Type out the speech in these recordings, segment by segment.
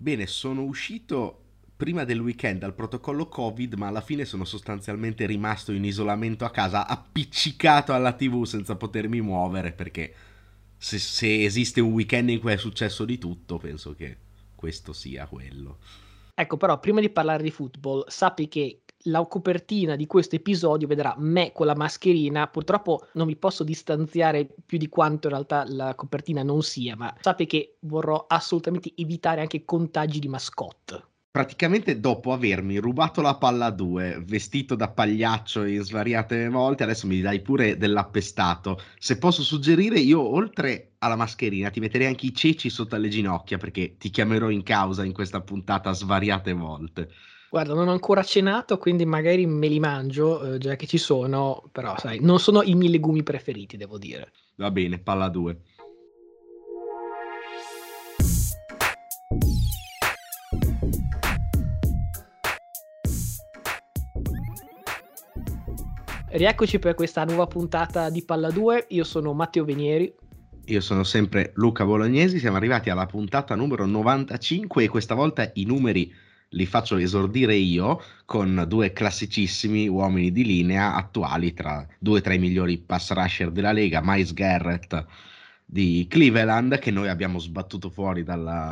Bene, sono uscito prima del weekend dal protocollo Covid, ma alla fine sono sostanzialmente rimasto in isolamento a casa, appiccicato alla TV senza potermi muovere, perché se esiste un weekend in cui è successo di tutto, penso che questo sia quello. Ecco, però, prima di parlare di football, sappi che la copertina di questo episodio vedrà me con la mascherina. Purtroppo non mi posso distanziare più di quanto in realtà la copertina non sia, ma sappi che vorrò assolutamente evitare anche contagi di mascotte. Praticamente dopo avermi rubato la palla a 2, vestito da pagliaccio in svariate volte, adesso mi dai pure dell'appestato. Se posso suggerire, io oltre alla mascherina ti metterei anche i ceci sotto alle ginocchia, perché ti chiamerò in causa in questa puntata svariate volte. Guarda, non ho ancora cenato, quindi magari me li mangio, già che ci sono, però sai, non sono i miei legumi preferiti, devo dire. Va bene, palla a 2. Rieccoci per questa nuova puntata di Palla 2. Io sono Matteo Venieri. Io sono sempre Luca Bolognesi, siamo arrivati alla puntata numero 95 e questa volta i numeri li faccio esordire io con due classicissimi uomini di linea attuali tra due tra i migliori pass rusher della Lega, Myles Garrett di Cleveland, che noi abbiamo sbattuto fuori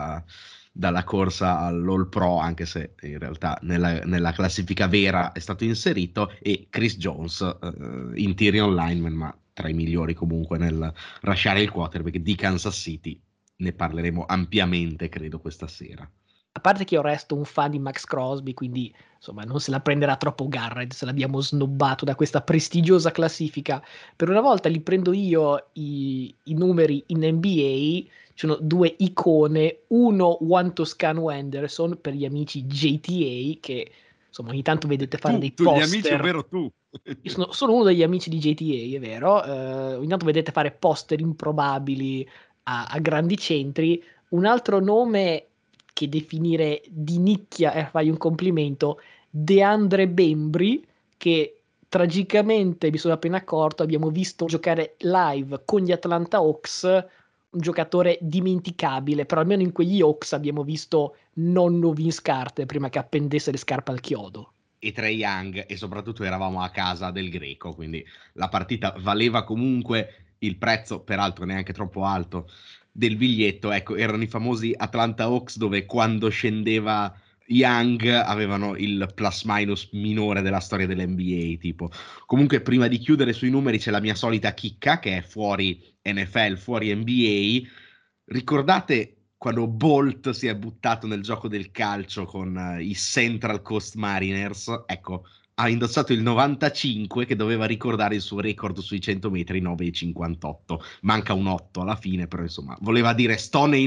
dalla corsa all'All Pro, anche se in realtà nella classifica vera è stato inserito, e Chris Jones, interior lineman, ma tra i migliori comunque nel rushare il quarterback di Kansas City. Ne parleremo ampiamente, credo, questa sera. A parte che io resto un fan di Max Crosby, quindi insomma non se la prenderà troppo Garrett se l'abbiamo snobbato da questa prestigiosa classifica. Per una volta li prendo io i numeri in NBA. Ci sono due icone, uno Juan Toscano Anderson per gli amici JTA, che insomma ogni tanto vedete fare dei Tu, gli amici, poster. ovvero tu. Io sono uno degli amici di JTA, è vero. Ogni tanto vedete fare poster improbabili a grandi centri. Un altro nome che definire di nicchia e fai un complimento, DeAndre Bembry, che tragicamente mi sono appena accorto, abbiamo visto giocare live con gli Atlanta Hawks, un giocatore dimenticabile, però almeno in quegli Hawks abbiamo visto nonno Vince Carter prima che appendesse le scarpe al chiodo. E Trae Young, e soprattutto eravamo a casa del Greco, quindi la partita valeva comunque il prezzo, peraltro neanche troppo alto, del biglietto. Ecco, erano i famosi Atlanta Hawks dove quando scendeva Young avevano il plus minus minore della storia dell'NBA, tipo. Comunque, prima di chiudere sui numeri c'è la mia solita chicca, che è fuori NFL, fuori NBA. Ricordate quando Bolt si è buttato nel gioco del calcio con i Central Coast Mariners? Ecco, ha indossato il 95 che doveva ricordare il suo record sui 100 metri 9,58. Manca un 8 alla fine, però insomma, voleva dire sto nei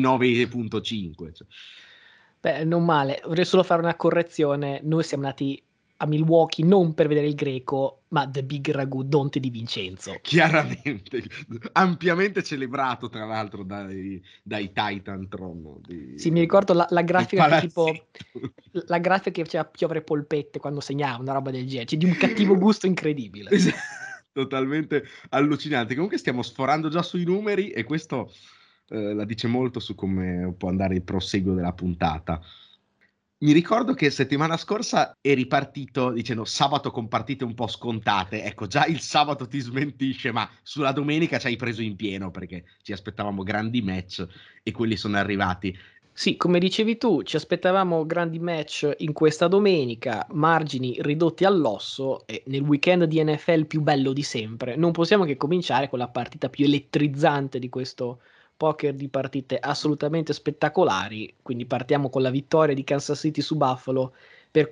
9,5. Cioè. Beh, non male. Vorrei solo fare una correzione. Noi siamo andati a Milwaukee non per vedere il Greco, ma The Big Ragu Dante Di Vincenzo. Chiaramente, ampiamente celebrato tra l'altro dai Titantron Sì, mi ricordo la del grafica che tipo palazzetto. la grafica che faceva piovere polpette quando segnava, una roba del genere, cioè di un cattivo gusto incredibile. Totalmente allucinante. Comunque stiamo sforando già sui numeri e questo la dice molto su come può andare il proseguo della puntata. Mi ricordo che settimana scorsa eri partito dicendo sabato con partite un po' scontate. Ecco, già il sabato ti smentisce, ma sulla domenica ci hai preso in pieno perché ci aspettavamo grandi match e quelli sono arrivati. Sì, come dicevi tu, ci aspettavamo grandi match in questa domenica, margini ridotti all'osso e nel weekend di NFL più bello di sempre. Non possiamo che cominciare con la partita più elettrizzante di questo poker di partite assolutamente spettacolari. Quindi partiamo con la vittoria di Kansas City su Buffalo per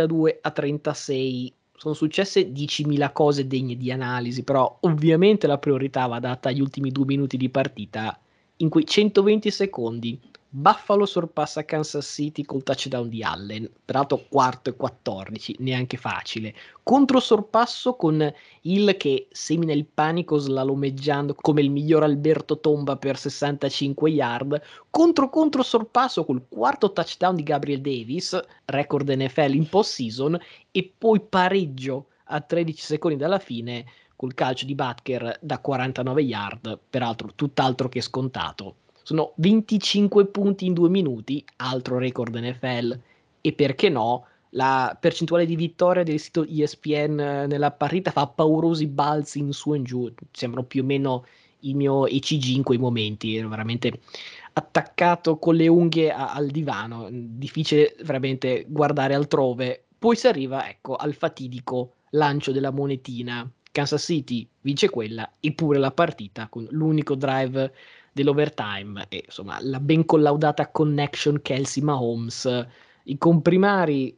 42-36. Sono successe 10.000 cose degne di analisi, però ovviamente la priorità va data agli ultimi 2 minuti di partita in cui 120 secondi Buffalo sorpassa Kansas City col touchdown di Allen, peraltro quarto e 14, neanche facile. Controsorpasso con Hill che semina il panico slalomeggiando come il miglior Alberto Tomba per 65 yard. Controsorpasso col quarto touchdown di Gabriel Davis, record NFL in postseason, e poi pareggio a 13 secondi dalla fine col calcio di Butker da 49 yard, peraltro tutt'altro che scontato. Sono 25 punti in 2 minuti, altro record NFL. E perché no, la percentuale di vittoria del sito ESPN nella partita fa paurosi balzi in su e in giù. Sembrano più o meno il mio ECG in quei momenti. Ero veramente attaccato con le unghie al divano. Difficile veramente guardare altrove. Poi si arriva, ecco, al fatidico lancio della monetina. Kansas City vince quella, eppure la partita con l'unico drive dell'overtime e insomma la ben collaudata connection Kelsey-Mahomes. I comprimari,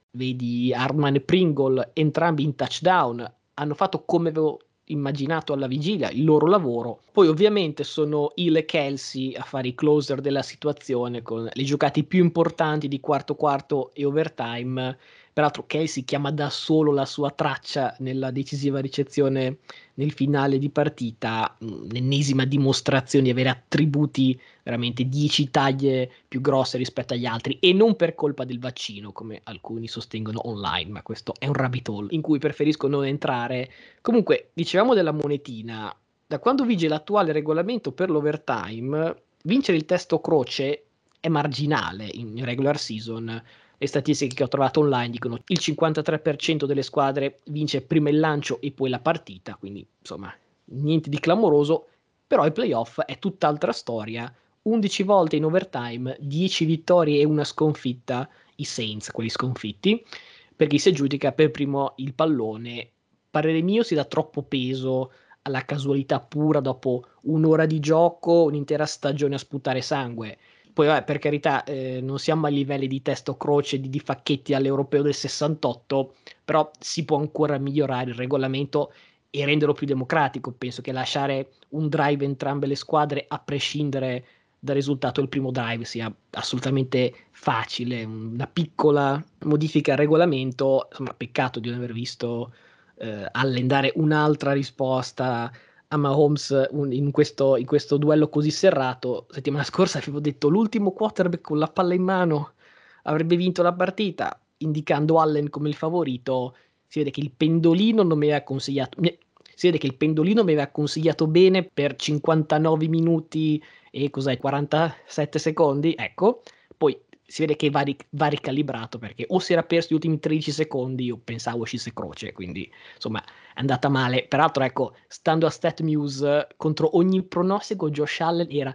vedi Hardman e Pringle, entrambi in touchdown, hanno fatto come avevo immaginato alla vigilia il loro lavoro. Poi ovviamente sono Hill e Kelsey a fare i closer della situazione con le giocate più importanti di quarto quarto e overtime. Peraltro Kelsey chiama da solo la sua traccia nella decisiva ricezione nel finale di partita, l'ennesima dimostrazione di avere attributi veramente 10 taglie più grosse rispetto agli altri e non per colpa del vaccino, come alcuni sostengono online, ma questo è un rabbit hole in cui preferisco non entrare. Comunque, dicevamo della monetina, da quando vige l'attuale regolamento per l'overtime, vincere il testo croce è marginale in regular season. Le statistiche che ho trovato online dicono il 53% delle squadre vince prima il lancio e poi la partita, quindi insomma niente di clamoroso, però ai playoff è tutt'altra storia. 11 volte in overtime, 10 vittorie e una sconfitta, i Saints, quelli sconfitti, per chi si aggiudica per primo il pallone. Parere mio si dà troppo peso alla casualità pura dopo un'ora di gioco, un'intera stagione a sputare sangue. Poi, vabbè, per carità, non siamo a livelli di testo croce di Facchetti all'Europeo del 68, però si può ancora migliorare il regolamento e renderlo più democratico. Penso che lasciare un drive entrambe le squadre, a prescindere dal risultato del primo drive, sia assolutamente facile. Una piccola modifica al regolamento, insomma, peccato di non aver visto Allen dare un'altra risposta a Mahomes in questo duello così serrato. Settimana scorsa avevo detto l'ultimo quarterback con la palla in mano avrebbe vinto la partita, indicando Allen come il favorito. Si vede che il pendolino non mi aveva consigliato. Si vede che il pendolino mi aveva consigliato bene per 59 minuti e cos'è, 47 secondi. Ecco, poi si vede che va ricalibrato perché o si era perso gli ultimi 13 secondi o pensavo uscisse croce, quindi insomma è andata male. Peraltro, ecco, stando a StatMuse, contro ogni pronostico, Josh Allen era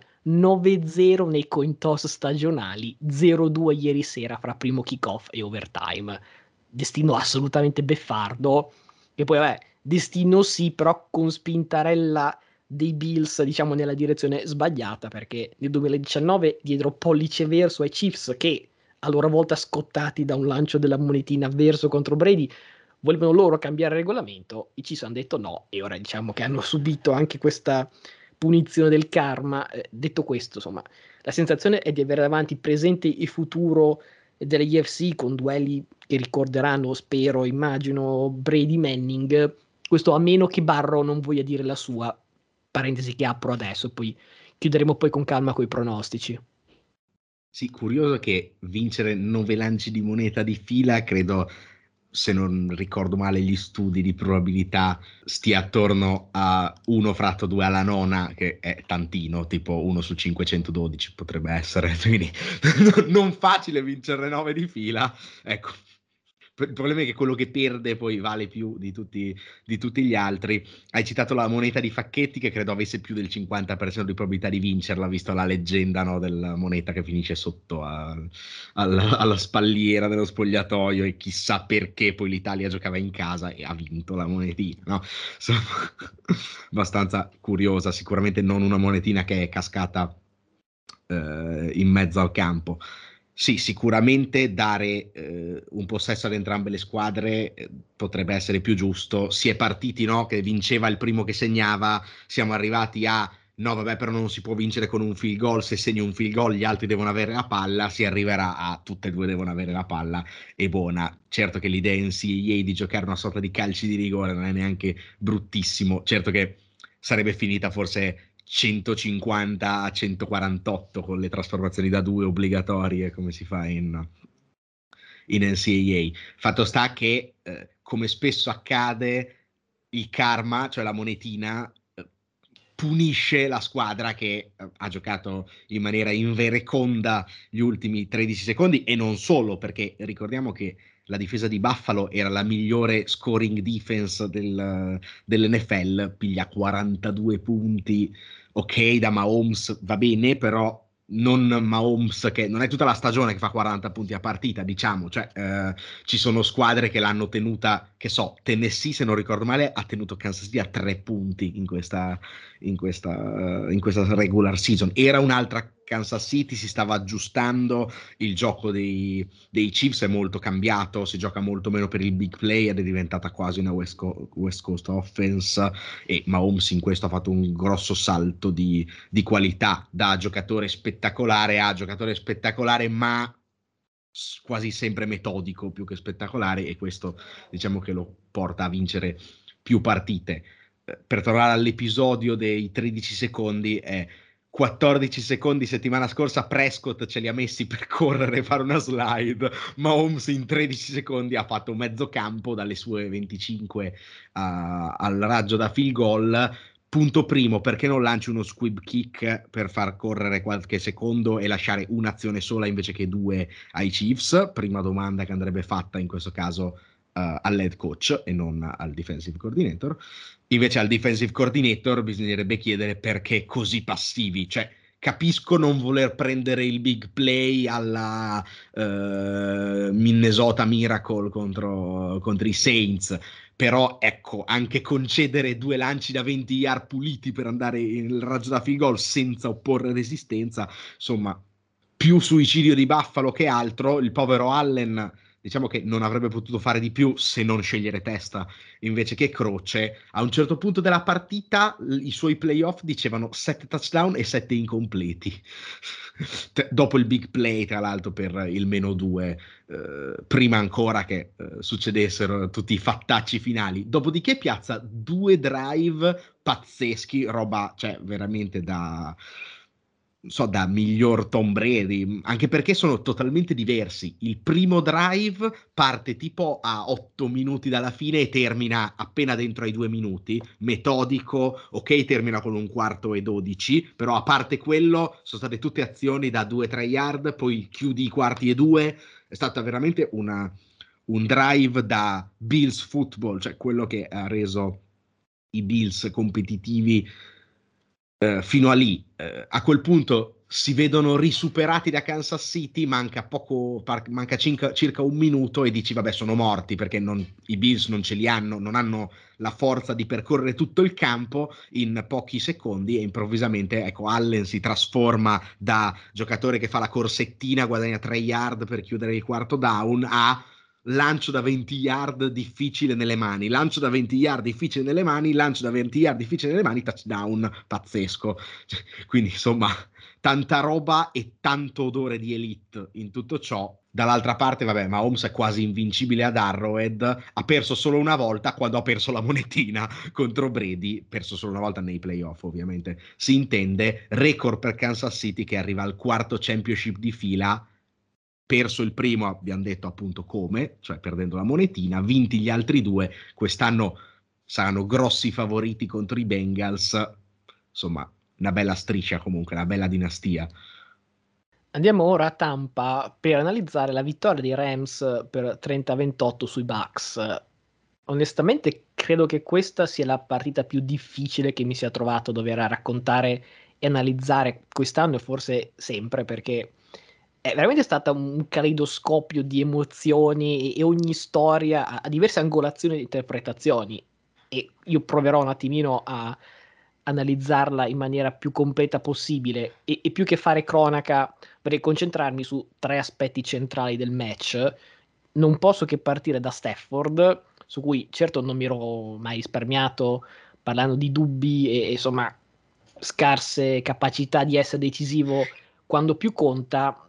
9-0 nei coin toss stagionali, 0-2 ieri sera fra primo kickoff e overtime. Destino assolutamente beffardo. E poi, vabbè, destino sì, però con spintarella dei Bills, diciamo, nella direzione sbagliata, perché nel 2019 diedero pollice verso ai Chiefs che a loro volta scottati da un lancio della monetina verso contro Brady volevano loro cambiare il regolamento, i Chiefs hanno detto no e ora diciamo che hanno subito anche questa punizione del karma. Detto questo, insomma, la sensazione è di avere davanti presente e futuro delle UFC con duelli che ricorderanno, spero, immagino, Brady Manning. Questo a meno che Barro non voglia dire la sua, parentesi che apro adesso, poi chiuderemo poi con calma coi pronostici. Sì, curioso che vincere 9 lanci di moneta di fila, credo, se non ricordo male gli studi di probabilità, stia attorno a 1 fratto 2 alla nona, che è tantino, tipo 1 su 512 potrebbe essere, quindi non facile vincere 9 di fila, ecco. Il problema è che quello che perde poi vale più di tutti gli altri. Hai citato la moneta di Facchetti, che credo avesse più del 50% di probabilità di vincerla, visto la leggenda, no, della moneta che finisce sotto alla spalliera dello spogliatoio, e chissà perché poi l'Italia giocava in casa e ha vinto la monetina, no? Insomma, abbastanza curiosa, sicuramente non una monetina che è cascata in mezzo al campo. Sì, sicuramente dare un possesso ad entrambe le squadre potrebbe essere più giusto. Si è partiti, no, che vinceva il primo che segnava, siamo arrivati a no, vabbè, però non si può vincere con un field goal, se segni un field goal gli altri devono avere la palla, si arriverà a tutte e due devono avere la palla, e buona. Certo che l'idea NCAA di giocare una sorta di calci di rigore non è neanche bruttissimo, certo che sarebbe finita forse 150 a 148 con le trasformazioni da due obbligatorie come si fa in NCAA. Fatto sta che, come spesso accade, il karma, cioè la monetina, punisce la squadra che ha giocato in maniera invereconda gli ultimi 13 secondi, e non solo, perché ricordiamo che la difesa di Buffalo era la migliore scoring defense dell'NFL, piglia 42 punti, ok, da Mahomes va bene, però non Mahomes, che non è tutta la stagione che fa 40 punti a partita, diciamo, cioè ci sono squadre che l'hanno tenuta, che so, Tennessee, se non ricordo male, ha tenuto Kansas City a 3 punti in questa regular season. Era un'altra Kansas City, si stava aggiustando, il gioco dei Chiefs è molto cambiato, si gioca molto meno per il big play ed è diventata quasi una West Coast offense, e Mahomes in questo ha fatto un grosso salto di qualità, da giocatore spettacolare a giocatore spettacolare, ma quasi sempre metodico più che spettacolare, e questo diciamo che lo porta a vincere più partite. Per tornare all'episodio dei 13 secondi, 14 secondi settimana scorsa Prescott ce li ha messi per correre e fare una slide, Mahomes in 13 secondi ha fatto mezzo campo dalle sue 25 al raggio da field goal. Punto primo, perché non lanci uno squib kick per far correre qualche secondo e lasciare un'azione sola invece che due ai Chiefs? Prima domanda che andrebbe fatta in questo caso all'head coach e non al defensive coordinator. Invece al defensive coordinator bisognerebbe chiedere perché così passivi, cioè capisco non voler prendere il big play alla Minnesota Miracle contro i Saints, però ecco, anche concedere 2 lanci da 20 yard puliti per andare nel raggio da field goal senza opporre resistenza, insomma, più suicidio di Buffalo che altro. Il povero Allen, diciamo che non avrebbe potuto fare di più se non scegliere testa invece che croce. A un certo punto della partita i suoi playoff dicevano 7 touchdown e 7 incompleti. Dopo il big play, tra l'altro, per il -2, prima ancora che succedessero tutti i fattacci finali. Dopodiché piazza 2 drive pazzeschi, roba, cioè, veramente da miglior Tom Brady, anche perché sono totalmente diversi. Il primo drive parte tipo a 8 minuti dalla fine e termina appena dentro ai 2 minuti, metodico, ok, termina con 1/4 e 12, però a parte quello sono state tutte azioni da 2-3 yard, poi chiudi i quarti e 2, è stata veramente un drive da Bills football, cioè quello che ha reso i Bills competitivi fino a lì. A quel punto si vedono risuperati da Kansas City, manca circa un minuto e dici vabbè, sono morti, perché i Bills non ce li hanno, non hanno la forza di percorrere tutto il campo in pochi secondi, e improvvisamente ecco Allen si trasforma da giocatore che fa la corsettina, guadagna 3 yard per chiudere il quarto down, a lancio da 20 yard difficile nelle mani, lancio da 20 yard difficile nelle mani, lancio da 20 yard difficile nelle mani, touchdown pazzesco. Quindi insomma, tanta roba e tanto odore di elite in tutto ciò. Dall'altra parte, vabbè, Mahomes è quasi invincibile ad Arrowhead, ha perso solo una volta quando ha perso la monetina contro Brady, perso solo una volta nei playoff ovviamente, si intende, record per Kansas City che arriva al 4º championship di fila, perso il primo, abbiamo detto appunto come, cioè perdendo la monetina, vinti gli altri 2, quest'anno saranno grossi favoriti contro i Bengals, insomma una bella striscia comunque, una bella dinastia. Andiamo ora a Tampa per analizzare la vittoria dei Rams per 30-28 sui Bucks. Onestamente credo che questa sia la partita più difficile che mi sia trovato a dover raccontare e analizzare quest'anno, e forse sempre, perché è veramente stata un caleidoscopio di emozioni, e ogni storia ha diverse angolazioni e interpretazioni, e io proverò un attimino a analizzarla in maniera più completa possibile, e più che fare cronaca vorrei concentrarmi su 3 aspetti centrali del match. Non posso che partire da Stafford, su cui certo non mi ero mai risparmiato parlando di dubbi e insomma scarse capacità di essere decisivo quando più conta.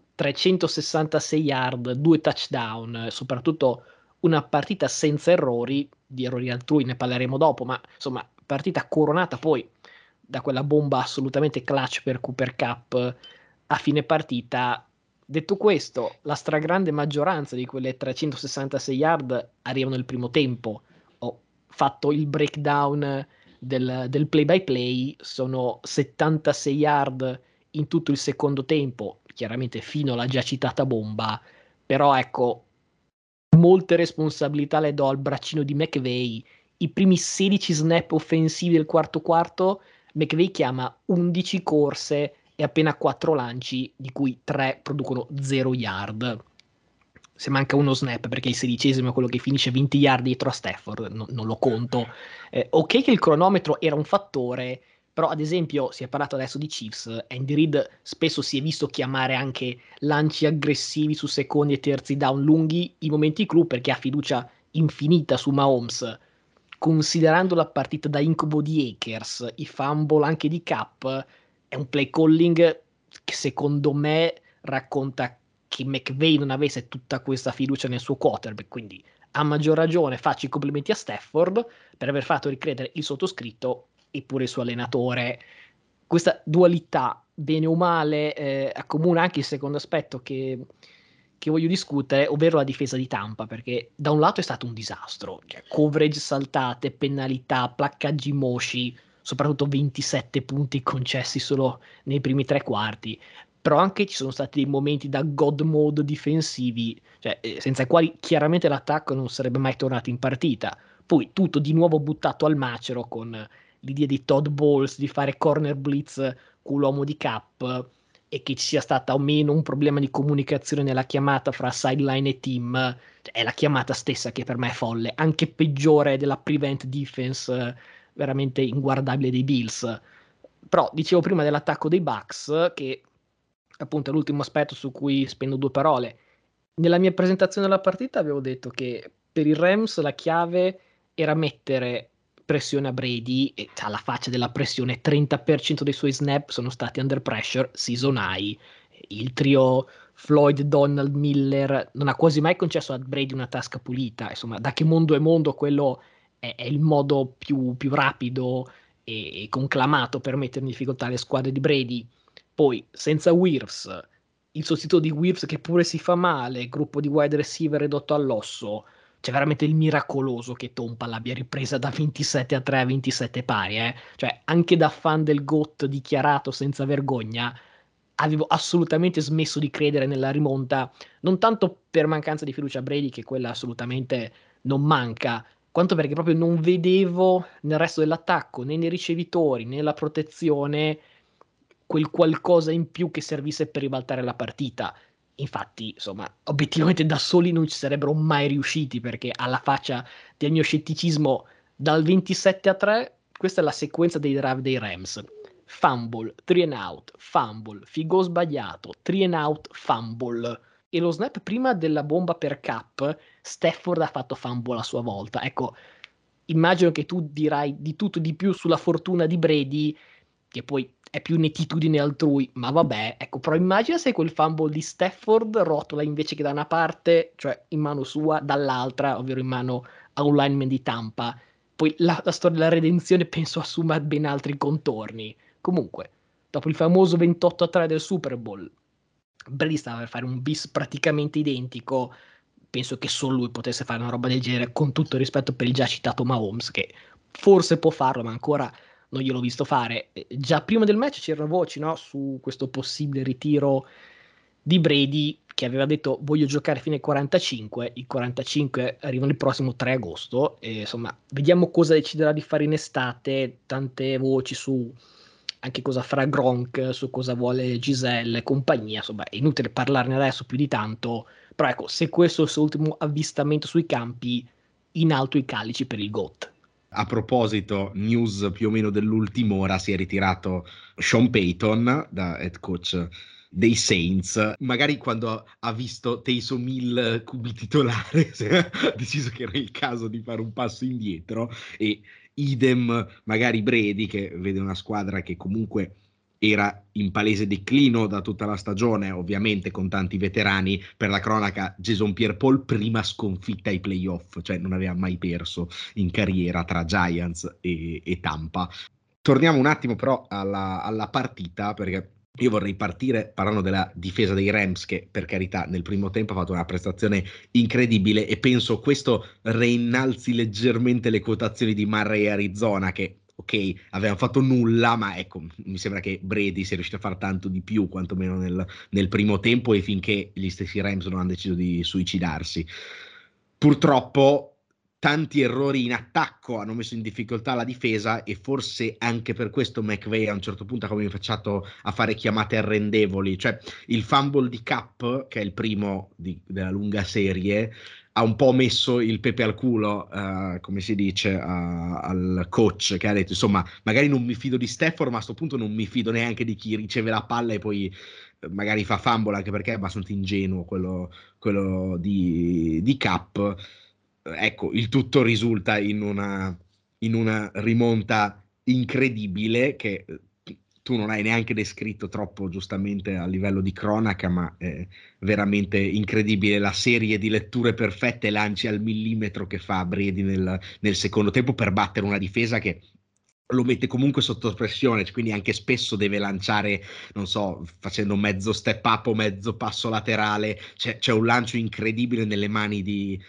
366 yard, 2 touchdown, soprattutto una partita senza errori. Di errori altrui ne parleremo dopo, ma insomma partita coronata poi da quella bomba assolutamente clutch per Cooper Cup a fine partita. Detto questo, la stragrande maggioranza di quelle 366 yard arrivano nel primo tempo. Ho fatto il breakdown del play by play, sono 76 yard in tutto il secondo tempo, chiaramente fino alla già citata bomba, però ecco, molte responsabilità le do al braccino di McVay. I primi 16 snap offensivi del quarto quarto, McVay chiama 11 corse e appena 4 lanci, di cui 3 producono 0 yard. Se manca uno snap, perché il 16esimo è quello che finisce 20 yard dietro a Stafford, non lo conto. Ok che il cronometro era un fattore, però ad esempio si è parlato adesso di Chiefs, Andy Reid spesso si è visto chiamare anche lanci aggressivi su secondi e terzi down lunghi in momenti clou perché ha fiducia infinita su Mahomes. Considerando la partita da incubo di Akers, i fumble anche di Cup, è un play calling che secondo me racconta che McVay non avesse tutta questa fiducia nel suo quarterback, quindi a maggior ragione faccio i complimenti a Stafford per aver fatto ricredere il sottoscritto e pure il suo allenatore. Questa dualità, bene o male, accomuna anche il secondo aspetto che voglio discutere, ovvero la difesa di Tampa, perché da un lato è stato un disastro, cioè coverage saltate, penalità, placcaggi mosci, soprattutto 27 punti concessi solo nei primi 3 quarti, però anche ci sono stati dei momenti da God mode difensivi, cioè, senza i quali chiaramente l'attacco non sarebbe mai tornato in partita. Poi tutto di nuovo buttato al macero con l'idea di Todd Bowles di fare corner blitz con l'uomo di Cap e che ci sia stato o meno un problema di comunicazione nella chiamata fra sideline e team, cioè, è la chiamata stessa che per me è folle, anche peggiore della prevent defense veramente inguardabile dei Bills. Però dicevo prima dell'attacco dei Bucks, che appunto è l'ultimo aspetto su cui spendo 2 parole. Nella mia presentazione della partita avevo detto che per i Rams la chiave era mettere pressione a Brady e alla faccia della pressione 30% dei suoi snap sono stati under pressure season high. Il trio Floyd, Donald, Miller non ha quasi mai concesso a Brady una tasca pulita, insomma, da che mondo è mondo quello è il modo più rapido e conclamato per mettere in difficoltà le squadre di Brady. Poi senza Wirfs, il sostituto di Wirfs che pure si fa male, gruppo di wide receiver ridotto all'osso, c'è veramente il miracoloso che Tompa l'abbia ripresa da 27-3 a 27 pari, eh. Cioè, anche da fan del GOAT dichiarato senza vergogna, avevo assolutamente smesso di credere nella rimonta, non tanto per mancanza di fiducia a Brady, che quella assolutamente non manca, quanto perché proprio non vedevo nel resto dell'attacco, né nei ricevitori, né nella protezione, quel qualcosa in più che servisse per ribaltare la partita. Infatti, insomma, obiettivamente da soli non ci sarebbero mai riusciti perché alla faccia del mio scetticismo dal 27-3, questa è la sequenza dei drive dei Rams. Fumble, 3 and out, fumble, figo sbagliato, 3 and out, fumble. E lo snap prima della bomba per Cup, Stafford ha fatto fumble a sua volta. Ecco, immagino che tu dirai di tutto di più sulla fortuna di Brady, che poi è più nettitudine altrui, ma vabbè, ecco, però immagina se quel fumble di Stafford rotola invece che da una parte, cioè in mano sua, dall'altra, ovvero in mano a un lineman di Tampa. Poi la storia della redenzione penso assuma ben altri contorni. Comunque, dopo il famoso 28-3 del Super Bowl, Brady stava per fare un bis praticamente identico. Penso che solo lui potesse fare una roba del genere, con tutto il rispetto per il già citato Mahomes, che forse può farlo, ma ancora non gliel'ho visto fare. Già prima del match c'erano voci, no, su questo possibile ritiro di Brady, che aveva detto voglio giocare fino ai 45. Il 45 arriva il prossimo 3 agosto. E, insomma, vediamo cosa deciderà di fare in estate. Tante voci su anche cosa farà Gronk, su cosa vuole Giselle e compagnia. Insomma, è inutile parlarne adesso più di tanto. Però ecco, se questo è il suo ultimo avvistamento sui campi, in alto i calici per il GOAT. A proposito, news più o meno dell'ultima ora, si è ritirato Sean Payton da head coach dei Saints. Magari quando ha visto Taysom Hill QB titolare ha deciso che era il caso di fare un passo indietro, e idem magari Brady, che vede una squadra che comunque era in palese declino da tutta la stagione, ovviamente con tanti veterani. Per la cronaca, Jason Pierre-Paul prima sconfitta ai playoff, cioè non aveva mai perso in carriera tra Giants e Tampa. Torniamo un attimo però alla partita, perché io vorrei partire parlando della difesa dei Rams, che per carità nel primo tempo ha fatto una prestazione incredibile, e penso questo reinnalzi leggermente le quotazioni di Murray e Arizona, che ok, avevano fatto nulla, ma ecco, mi sembra che Brady sia riuscito a fare tanto di più, quantomeno nel primo tempo, e finché gli stessi Rams non hanno deciso di suicidarsi. Purtroppo tanti errori in attacco hanno messo in difficoltà la difesa, e forse anche per questo McVay a un certo punto ha cominciato a fare chiamate arrendevoli, cioè il fumble di Cup, che è il primo della lunga serie, ha un po' messo il pepe al culo, come si dice, al coach, che ha detto, insomma, magari non mi fido di Stafford, ma a sto punto non mi fido neanche di chi riceve la palla e poi magari fa fumble, anche perché è abbastanza ingenuo quello di Cap. Ecco, il tutto risulta in una rimonta incredibile che tu non hai neanche descritto troppo giustamente a livello di cronaca, ma è veramente incredibile la serie di letture perfette, lanci al millimetro che fa Brady nel secondo tempo per battere una difesa che lo mette comunque sotto pressione, quindi anche spesso deve lanciare, non so, facendo mezzo step up o mezzo passo laterale. C'è un lancio incredibile nelle mani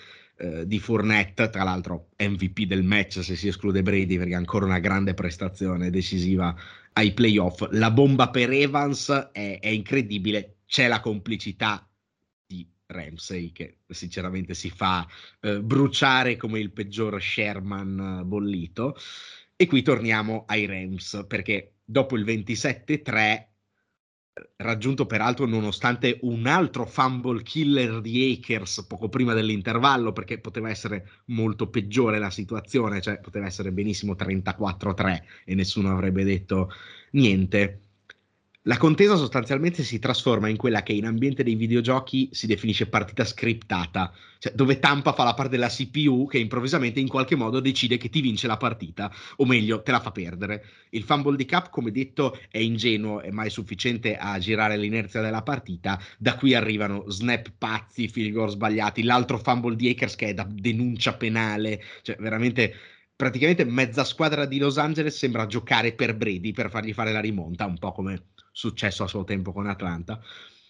di Fournette, tra l'altro MVP del match se si esclude Brady, perché è ancora una grande prestazione decisiva ai playoff. La bomba per Evans è incredibile, c'è la complicità di Ramsey che sinceramente si fa bruciare come il peggior Sherman bollito. E qui torniamo ai Rams, perché dopo il 27-3, raggiunto peraltro nonostante un altro fumble killer di Akers poco prima dell'intervallo, perché poteva essere molto peggiore la situazione, cioè poteva essere benissimo 34-3 e nessuno avrebbe detto niente. La contesa sostanzialmente si trasforma in quella che in ambiente dei videogiochi si definisce partita scriptata, cioè dove Tampa fa la parte della CPU che improvvisamente in qualche modo decide che ti vince la partita, o meglio, te la fa perdere. Il fumble di Cap, come detto, è ingenuo e mai sufficiente a girare l'inerzia della partita. Da qui arrivano snap pazzi, field goal sbagliati, l'altro fumble di Akers che è da denuncia penale, cioè veramente praticamente mezza squadra di Los Angeles sembra giocare per Brady per fargli fare la rimonta, un po' come successo a suo tempo con Atlanta.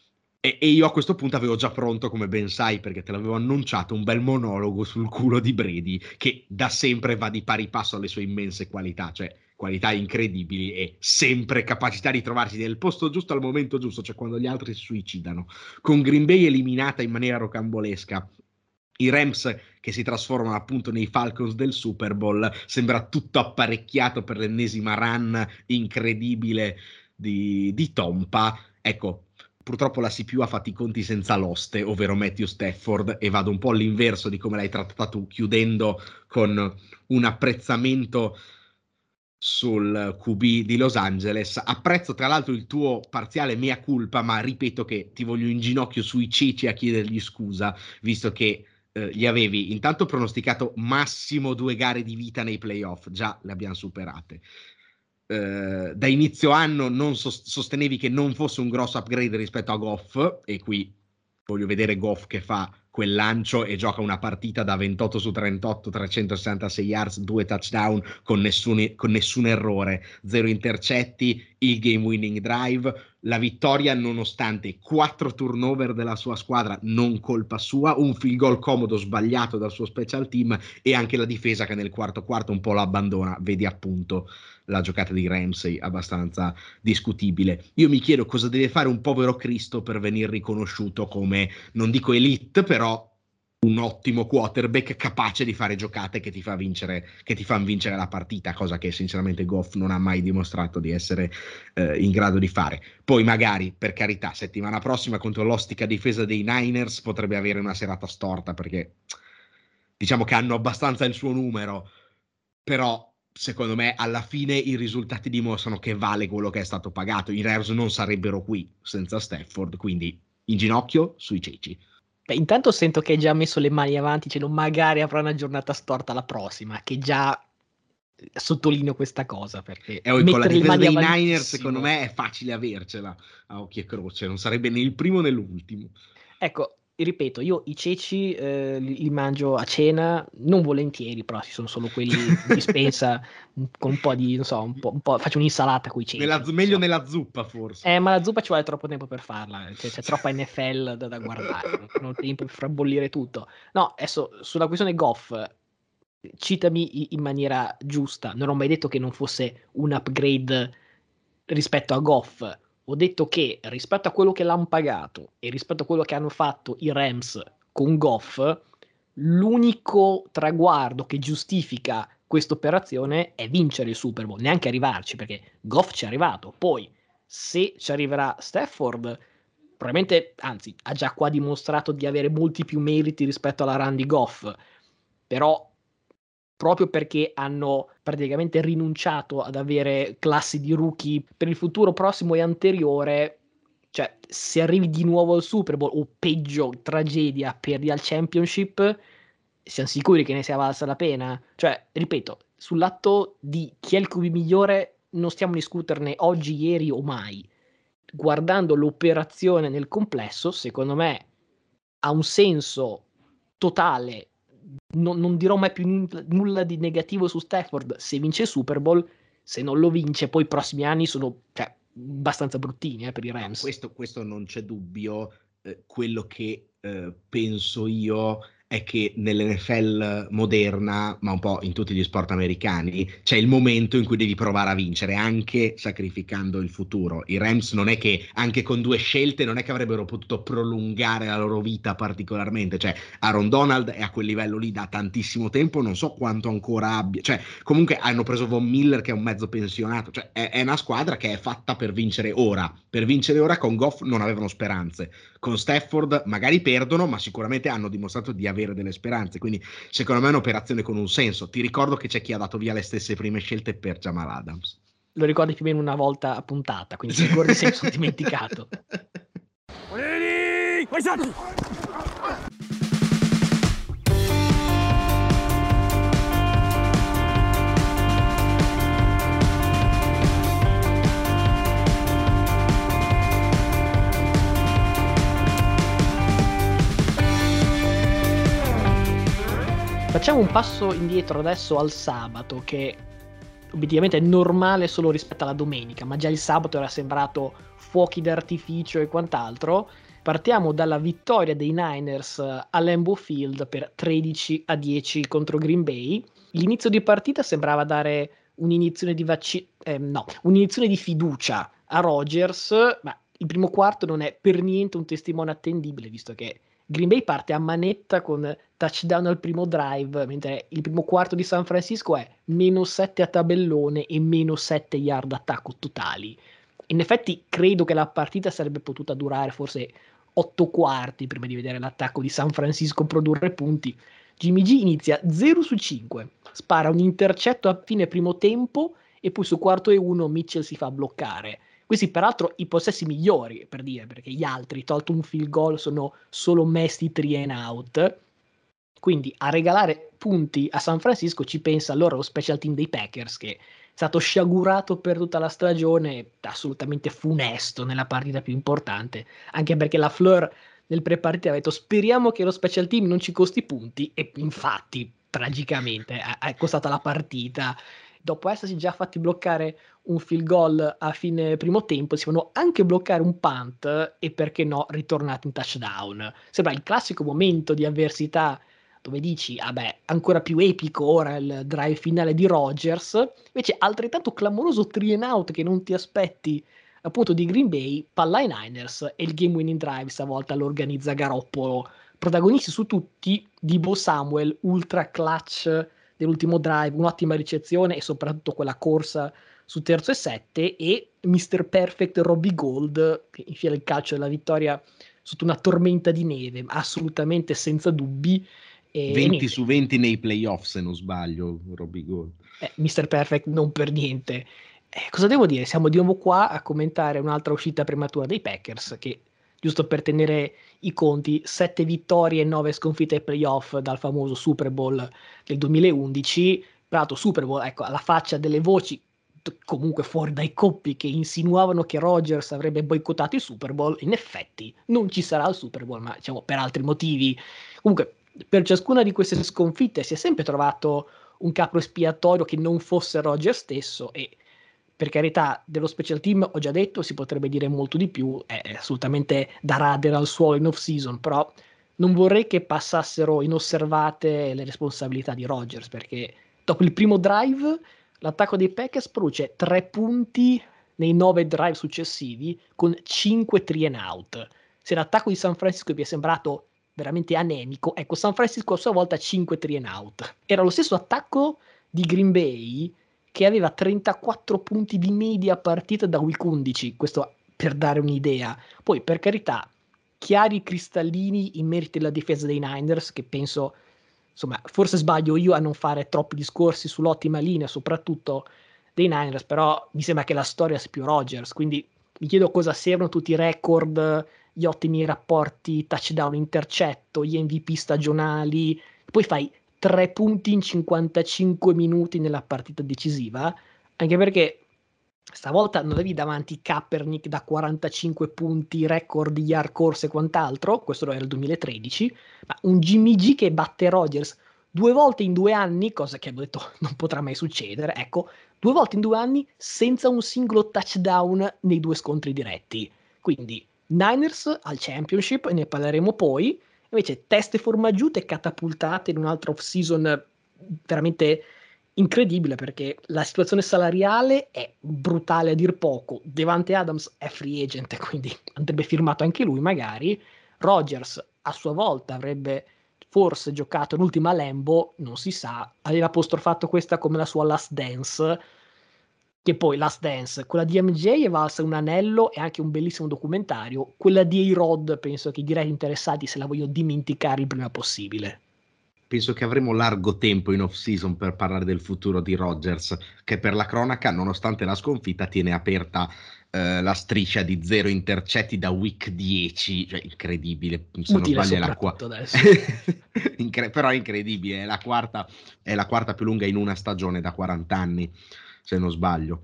E io a questo punto avevo già pronto, come ben sai, perché te l'avevo annunciato, un bel monologo sul culo di Brady, che da sempre va di pari passo alle sue immense qualità, cioè qualità incredibili e sempre capacità di trovarsi nel posto giusto al momento giusto, cioè quando gli altri si suicidano. Con Green Bay eliminata in maniera rocambolesca, i Rams che si trasformano appunto nei Falcons del Super Bowl, sembra tutto apparecchiato per l'ennesima run incredibile di Tompa. Ecco, purtroppo la CPU ha fatto i conti senza l'oste, ovvero Matthew Stafford, e vado un po' all'inverso di come l'hai trattata tu, chiudendo con un apprezzamento sul QB di Los Angeles. Apprezzo tra l'altro il tuo parziale mea culpa, ma ripeto che ti voglio in ginocchio sui ceci a chiedergli scusa, visto che gli avevi intanto pronosticato massimo 2 gare di vita nei playoff, già le abbiamo superate. Da inizio anno non sostenevi che non fosse un grosso upgrade rispetto a Goff, e qui voglio vedere Goff che fa quel lancio e gioca una partita da 28 su 38, 366 yards, 2 touchdown con nessun errore, 0 intercetti, il game winning drive, la vittoria nonostante 4 turnover della sua squadra, non colpa sua, un field goal comodo sbagliato dal suo special team, e anche la difesa che nel quarto quarto un po' lo abbandona, vedi appunto la giocata di Ramsey abbastanza discutibile. Io mi chiedo cosa deve fare un povero Cristo per venire riconosciuto come, non dico elite, però un ottimo quarterback capace di fare giocate che ti fanno vincere la partita, cosa che sinceramente Goff non ha mai dimostrato di essere in grado di fare. Poi magari, per carità, settimana prossima contro l'ostica difesa dei Niners potrebbe avere una serata storta, perché diciamo che hanno abbastanza il suo numero, però secondo me alla fine i risultati dimostrano che vale quello che è stato pagato. I Rams non sarebbero qui senza Stafford, quindi in ginocchio sui ceci. Beh, intanto sento che hai già messo le mani avanti, dicendo magari avrà una giornata storta la prossima, che già sottolineo questa cosa, perché E poi con la mettere le difesa mani dei Niners, secondo avantissimo. me è facile avercela a occhio e croce, non sarebbe né il primo né l'ultimo. Ecco, ripeto, io i ceci li mangio a cena, non volentieri, però ci sono solo quelli in dispensa con un po' di, non so, faccio un'insalata con i ceci, non Meglio so. nella zuppa, forse. Ma la zuppa ci vuole troppo tempo per farla, c'è troppa NFL da guardare, non ho tempo per far bollire tutto. No, adesso sulla questione Goff, citami in maniera giusta, non ho mai detto che non fosse un upgrade rispetto a Goff, ho detto che rispetto a quello che l'hanno pagato e rispetto a quello che hanno fatto i Rams con Goff, l'unico traguardo che giustifica questa operazione è vincere il Super Bowl, neanche arrivarci, perché Goff ci è arrivato. Poi, se ci arriverà Stafford, probabilmente, anzi, ha già qua dimostrato di avere molti più meriti rispetto alla run di Goff, però proprio perché hanno praticamente rinunciato ad avere classi di rookie per il futuro prossimo e anteriore, cioè se arrivi di nuovo al Super Bowl o peggio, tragedia, perdi al Championship, siamo sicuri che ne sia valsa la pena? Cioè, ripeto, sull'atto di chi è il QB migliore non stiamo a discuterne oggi, ieri o mai. Guardando l'operazione nel complesso, secondo me ha un senso totale. Non dirò mai più nulla di negativo su Stafford se vince il Super Bowl. Se non lo vince, poi i prossimi anni sono, cioè, abbastanza bruttini per i No, Rams. questo non c'è dubbio. Quello che penso io è che nell'NFL moderna, ma un po' in tutti gli sport americani, c'è il momento in cui devi provare a vincere, anche sacrificando il futuro. I Rams non è che, anche con 2 scelte, non è che avrebbero potuto prolungare la loro vita particolarmente. Cioè, Aaron Donald è a quel livello lì da tantissimo tempo, non so quanto ancora abbia. Cioè, comunque hanno preso Von Miller, che è un mezzo pensionato. Cioè, è una squadra che è fatta per vincere ora. Per vincere ora con Goff non avevano speranze. Con Stafford magari perdono, ma sicuramente hanno dimostrato di avere delle speranze. Quindi, secondo me, è un'operazione con un senso. Ti ricordo che c'è chi ha dato via le stesse prime scelte per Jamal Adams. Lo ricordi più o meno una volta a puntata, quindi figurati se mi sono dimenticato. Facciamo un passo indietro adesso al sabato, che obiettivamente è normale solo rispetto alla domenica, ma già il sabato era sembrato fuochi d'artificio e quant'altro. Partiamo dalla vittoria dei Niners a Lambeau Field per 13-10 contro Green Bay. L'inizio di partita sembrava dare un'iniezione un'iniezione di fiducia a Rodgers, ma il primo quarto non è per niente un testimone attendibile, visto che Green Bay parte a manetta con touchdown al primo drive, mentre il primo quarto di San Francisco è -7 a tabellone e -7 yard attacco totali. In effetti credo che la partita sarebbe potuta durare forse 8 quarti prima di vedere l'attacco di San Francisco produrre punti. Jimmy G inizia 0 su 5, spara un intercetto a fine primo tempo e poi su quarto e 1 Mitchell si fa bloccare. Questi peraltro i possessi migliori, per dire, perché gli altri, tolto un field goal, sono solo messi 3 and out. Quindi a regalare punti a San Francisco ci pensa allora lo special team dei Packers, che è stato sciagurato per tutta la stagione, assolutamente funesto nella partita più importante, anche perché la Fleur nel pre-partita ha detto speriamo che lo special team non ci costi punti, e infatti tragicamente è costata la partita. Dopo essersi già fatti bloccare un field goal a fine primo tempo, si fanno anche bloccare un punt e perché no ritornati in touchdown. Sembra il classico momento di avversità dove dici, vabbè, ancora più epico ora il drive finale di Rodgers, invece altrettanto clamoroso 3 and out che non ti aspetti appunto di Green Bay, palla ai Niners e il game winning drive stavolta lo organizza Garoppolo. Protagonisti su tutti, Deebo Samuel, ultra clutch dell'ultimo drive, un'ottima ricezione e soprattutto quella corsa su terzo e 7, e Mr. Perfect Robbie Gould che infila il calcio della vittoria sotto una tormenta di neve, assolutamente senza dubbi. E 20 niente, su 20 nei playoff, se non sbaglio, Robbie Gould. Mr. Perfect non per niente. Cosa devo dire? Siamo di nuovo qua a commentare un'altra uscita prematura dei Packers che, giusto per tenere i conti, 7 vittorie e 9 sconfitte ai playoff dal famoso Super Bowl del 2011. Prato Super Bowl, ecco, alla faccia delle voci comunque fuori dai coppi che insinuavano che Rodgers avrebbe boicottato il Super Bowl. In effetti non ci sarà il Super Bowl, ma diciamo per altri motivi. Comunque, per ciascuna di queste sconfitte si è sempre trovato un capo espiatorio che non fosse Roger stesso, e per carità dello special team ho già detto si potrebbe dire molto di più, è assolutamente da radere al suolo in off season, però non vorrei che passassero inosservate le responsabilità di Rodgers, perché dopo il primo drive l'attacco dei Packers produce 3 punti nei 9 drive successivi con 5 3 and out. Se l'attacco di San Francisco vi è sembrato veramente anemico, ecco, San Francisco a sua volta 5 3 and out. Era lo stesso attacco di Green Bay che aveva 34 punti di media a partita da week 11, questo per dare un'idea. Poi, per carità, chiari cristallini in merito alla difesa dei Niners, che penso, insomma, forse sbaglio io a non fare troppi discorsi sull'ottima linea, soprattutto dei Niners, però mi sembra che la storia sia più Rodgers, quindi mi chiedo cosa servono tutti i record, gli ottimi rapporti touchdown intercetto, gli MVP stagionali, poi fai 3 punti in 55 minuti nella partita decisiva, anche perché stavolta non avevi davanti Kaepernick da 45 punti, record di yard corse e quant'altro, questo era il 2013, ma un Jimmy G che batte Rodgers 2 volte in 2 anni, cosa che abbiamo detto non potrà mai succedere, ecco, 2 volte in 2 anni senza un singolo touchdown nei 2 scontri diretti. Quindi Niners al championship, e ne parleremo poi, invece teste formaggiute catapultate in un'altra off-season veramente incredibile, perché la situazione salariale è brutale a dir poco. Devante Adams è free agent, quindi andrebbe firmato anche lui magari. Rodgers a sua volta avrebbe forse giocato l'ultima Lambo, non si sa, aveva apostrofato questa come la sua last dance, che poi Last Dance, quella di MJ è valsa un anello e anche un bellissimo documentario, quella di A-Rod penso che i diretti interessati se la voglio dimenticare il prima possibile. Penso che avremo largo tempo in off-season per parlare del futuro di Rodgers, che per la cronaca, nonostante la sconfitta, tiene aperta la striscia di 0 intercetti da week 10, cioè incredibile, se non Utile sbaglio è la soprattutto adesso. però è incredibile, è la quarta più lunga in una stagione da 40 anni, se non sbaglio.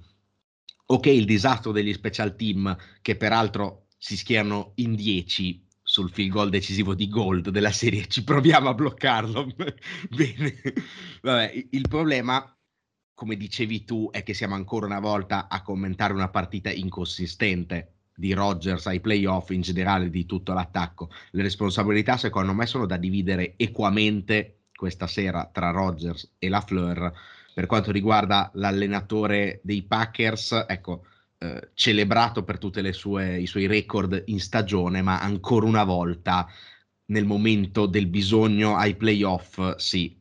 Ok, il disastro degli special team, che peraltro si schierano in 10 sul field goal decisivo di Gold della serie, ci proviamo a bloccarlo. Bene, vabbè, il problema, come dicevi tu, è che siamo ancora una volta a commentare una partita inconsistente di Rodgers ai playoff, in generale di tutto l'attacco. Le responsabilità secondo me sono da dividere equamente questa sera tra Rodgers e LaFleur. Per quanto riguarda l'allenatore dei Packers, ecco, celebrato per tutti i suoi record in stagione, ma ancora una volta nel momento del bisogno ai playoff, sì,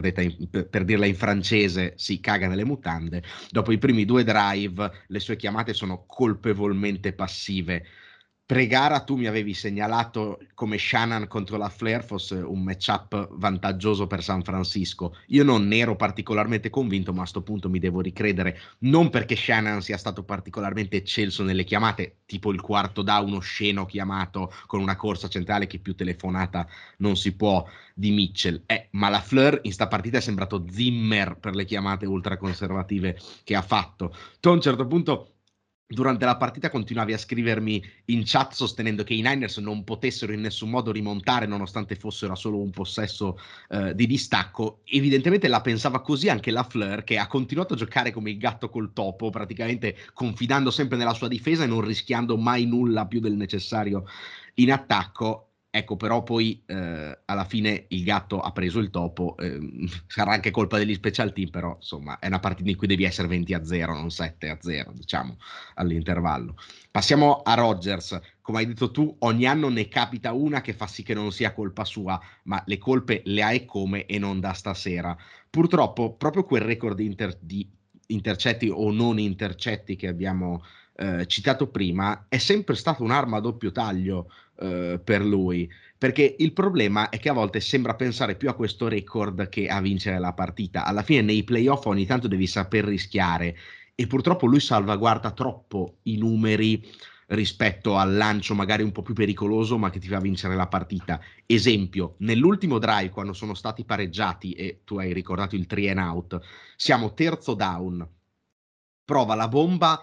per dirla in francese, si caga nelle mutande. Dopo i primi 2 drive, le sue chiamate sono colpevolmente passive. Pre-gara tu mi avevi segnalato come Shannon contro la Flair fosse un matchup vantaggioso per San Francisco. Io non ne ero particolarmente convinto, ma a sto punto mi devo ricredere, non perché Shannon sia stato particolarmente eccelso nelle chiamate, tipo il quarto down osceno chiamato con una corsa centrale che più telefonata non si può di Mitchell, ma la Fleur in sta partita è sembrato Zimmer per le chiamate ultraconservative che ha fatto. Tu a un certo punto durante la partita continuavi a scrivermi in chat sostenendo che i Niners non potessero in nessun modo rimontare nonostante fossero a solo un possesso di distacco. Evidentemente la pensava così anche la Fleur, che ha continuato a giocare come il gatto col topo, praticamente confidando sempre nella sua difesa e non rischiando mai nulla più del necessario in attacco. Ecco, però poi alla fine il gatto ha preso il topo, sarà anche colpa degli special team, però insomma è una partita in cui devi essere 20-0, non 7-0, diciamo, all'intervallo. Passiamo a Rodgers. Come hai detto tu, ogni anno ne capita una che fa sì che non sia colpa sua, ma le colpe le ha e come, e non da stasera. Purtroppo, proprio quel record di intercetti o non intercetti che abbiamo citato prima è sempre stata un'arma a doppio taglio per lui, perché il problema è che a volte sembra pensare più a questo record che a vincere la partita. Alla fine nei playoff ogni tanto devi saper rischiare e purtroppo lui salvaguarda troppo i numeri rispetto al lancio magari un po' più pericoloso ma che ti fa vincere la partita. Esempio, nell'ultimo drive quando sono stati pareggiati e tu hai ricordato il 3 and out, siamo terzo down, prova la bomba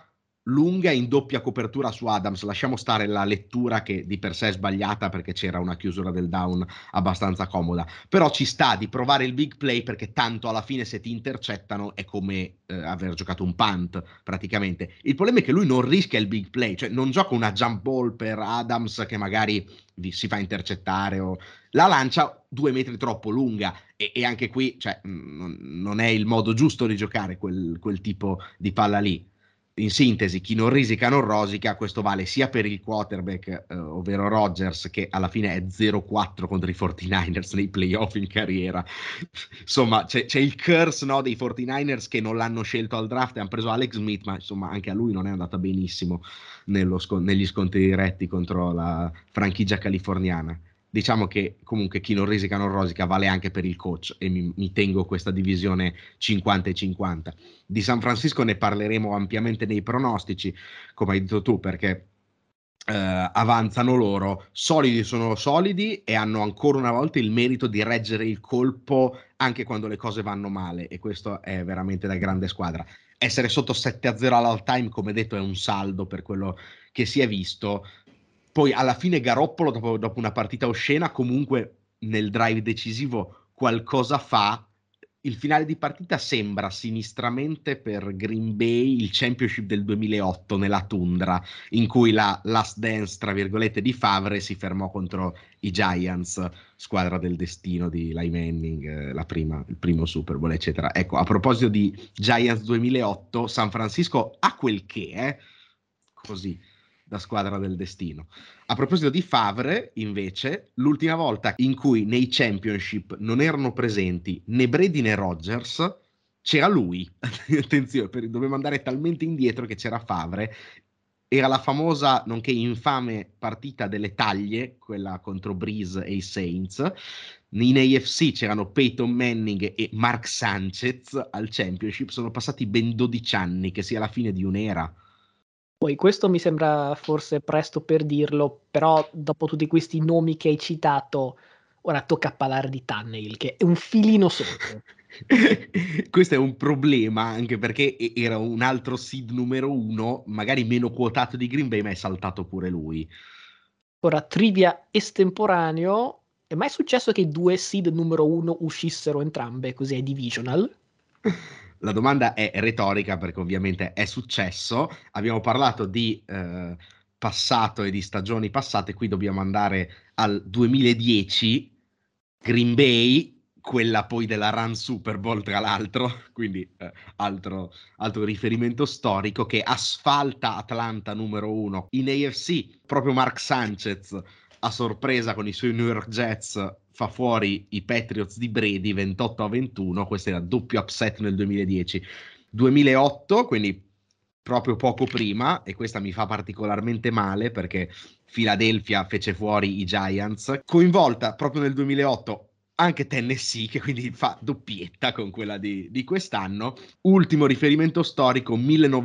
lunga in doppia copertura su Adams. Lasciamo stare la lettura che di per sé è sbagliata perché c'era una chiusura del down abbastanza comoda, però ci sta di provare il big play perché tanto alla fine se ti intercettano è come aver giocato un punt praticamente. Il problema è che lui non rischia il big play, cioè non gioca una jump ball per Adams che magari si fa intercettare o la lancia 2 metri troppo lunga e anche qui cioè, non è il modo giusto di giocare quel tipo di palla lì. In sintesi, chi non risica non rosica, questo vale sia per il quarterback, ovvero Rodgers, che alla fine è 0-4 contro i 49ers nei playoff in carriera. Insomma, c'è il curse, no, dei 49ers che non l'hanno scelto al draft e hanno preso Alex Smith, ma insomma anche a lui non è andata benissimo negli scontri diretti contro la franchigia californiana. Diciamo che comunque chi non risica non rosica vale anche per il coach e mi tengo questa divisione 50 e 50. Di San Francisco ne parleremo ampiamente nei pronostici, come hai detto tu, perché avanzano loro, solidi sono solidi e hanno ancora una volta il merito di reggere il colpo anche quando le cose vanno male e questo è veramente da grande squadra. Essere sotto 7-0 all'all time, come detto, è un saldo per quello che si è visto. Poi alla fine Garoppolo, dopo una partita oscena, comunque nel drive decisivo qualcosa fa. Il finale di partita sembra sinistramente per Green Bay il championship del 2008 nella tundra, in cui la last dance, tra virgolette, di Favre si fermò contro i Giants, squadra del destino di Eli Manning, il primo Super Bowl, eccetera. Ecco, a proposito di Giants 2008, San Francisco ha quel che è, così, da squadra del destino. A proposito di Favre, invece, l'ultima volta in cui nei championship non erano presenti né Brady né Rodgers, c'era lui. Attenzione, dovevamo andare talmente indietro che c'era Favre. Era la famosa, nonché infame partita delle taglie, quella contro Breeze e i Saints. In AFC c'erano Peyton Manning e Mark Sanchez al championship. Sono passati ben 12 anni, che sia la fine di un'era. Poi questo mi sembra forse presto per dirlo, però dopo tutti questi nomi che hai citato, ora tocca parlare di Tannehill, che è un filino sotto. Questo è un problema anche perché era un altro seed numero 1, magari meno quotato di Green Bay, ma è saltato pure lui. Ora, trivia estemporaneo, è mai successo che i due seed numero 1 uscissero entrambe, così ai divisional? La domanda è retorica perché ovviamente è successo. Abbiamo parlato di passato e di stagioni passate, qui dobbiamo andare al 2010, Green Bay, quella poi della Run Super Bowl tra l'altro, quindi altro riferimento storico che asfalta Atlanta numero 1 in AFC, proprio Mark Sanchez a sorpresa con i suoi New York Jets fa fuori i Patriots di Brady 28-21, questo era doppio upset nel 2010. 2008, quindi proprio poco prima, e questa mi fa particolarmente male perché Philadelphia fece fuori i Giants, coinvolta proprio nel 2008 anche Tennessee, che quindi fa doppietta con quella di quest'anno. Ultimo riferimento storico,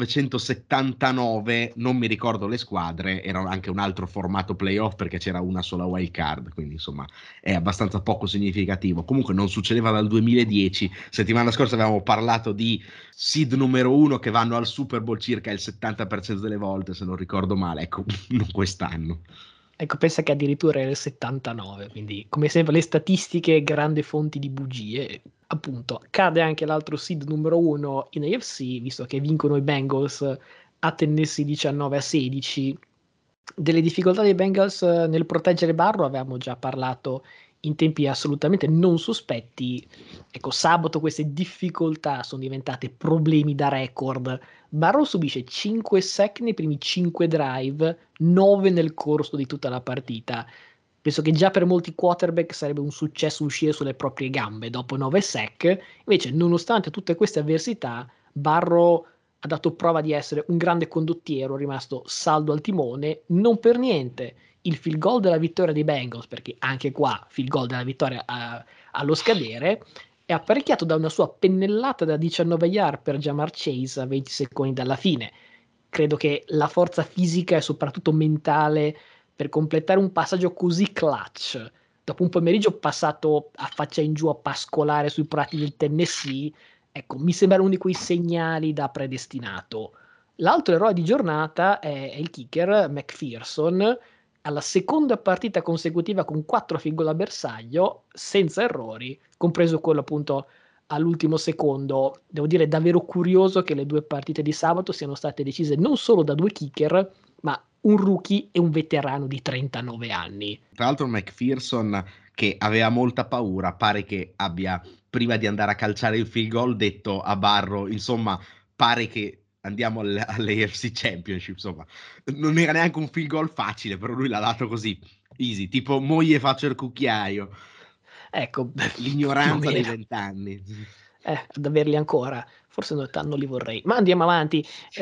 1979, non mi ricordo le squadre, era anche un altro formato playoff perché c'era una sola wild card, quindi insomma è abbastanza poco significativo. Comunque non succedeva dal 2010, settimana scorsa avevamo parlato di seed numero 1 che vanno al Super Bowl circa il 70% delle volte, se non ricordo male, ecco, non quest'anno. Ecco, pensa che addirittura era il 79, quindi come sempre le statistiche, grandi fonti di bugie. Appunto, cade anche l'altro seed numero 1 in AFC, visto che vincono i Bengals a Tennessee 19-16. Delle difficoltà dei Bengals nel proteggere Barrow avevamo già parlato in tempi assolutamente non sospetti. Ecco, sabato queste difficoltà sono diventate problemi da record. Barrow subisce 5 sack nei primi 5 drive, 9 nel corso di tutta la partita. Penso che già per molti quarterback sarebbe un successo uscire sulle proprie gambe dopo 9 sack. Invece, nonostante tutte queste avversità, Barrow ha dato prova di essere un grande condottiero, è rimasto saldo al timone, non per niente il field goal della vittoria dei Bengals, perché anche qua field goal della vittoria allo scadere, è apparecchiato da una sua pennellata da 19 yard per Jamar Chase a 20 secondi dalla fine. Credo che la forza fisica e soprattutto mentale per completare un passaggio così clutch, dopo un pomeriggio passato a faccia in giù a pascolare sui prati del Tennessee, ecco, mi sembra uno di quei segnali da predestinato. L'altro eroe di giornata è il kicker McPherson, alla seconda partita consecutiva con 4 field goal a bersaglio, senza errori, compreso quello appunto all'ultimo secondo. Devo dire davvero curioso che le 2 partite di sabato siano state decise non solo da 2 kicker, ma un rookie e un veterano di 39 anni. Tra l'altro McPherson, che aveva molta paura, pare che abbia, prima di andare a calciare il field goal, detto a Barro, insomma, pare che andiamo all'AFC Championship, insomma. Non era neanche un field goal facile, però lui l'ha dato così, easy, tipo moglie faccio il cucchiaio. Ecco, più o L'ignoranza dei meno. 20 anni. Ad averli ancora, forse non li vorrei. Ma andiamo avanti.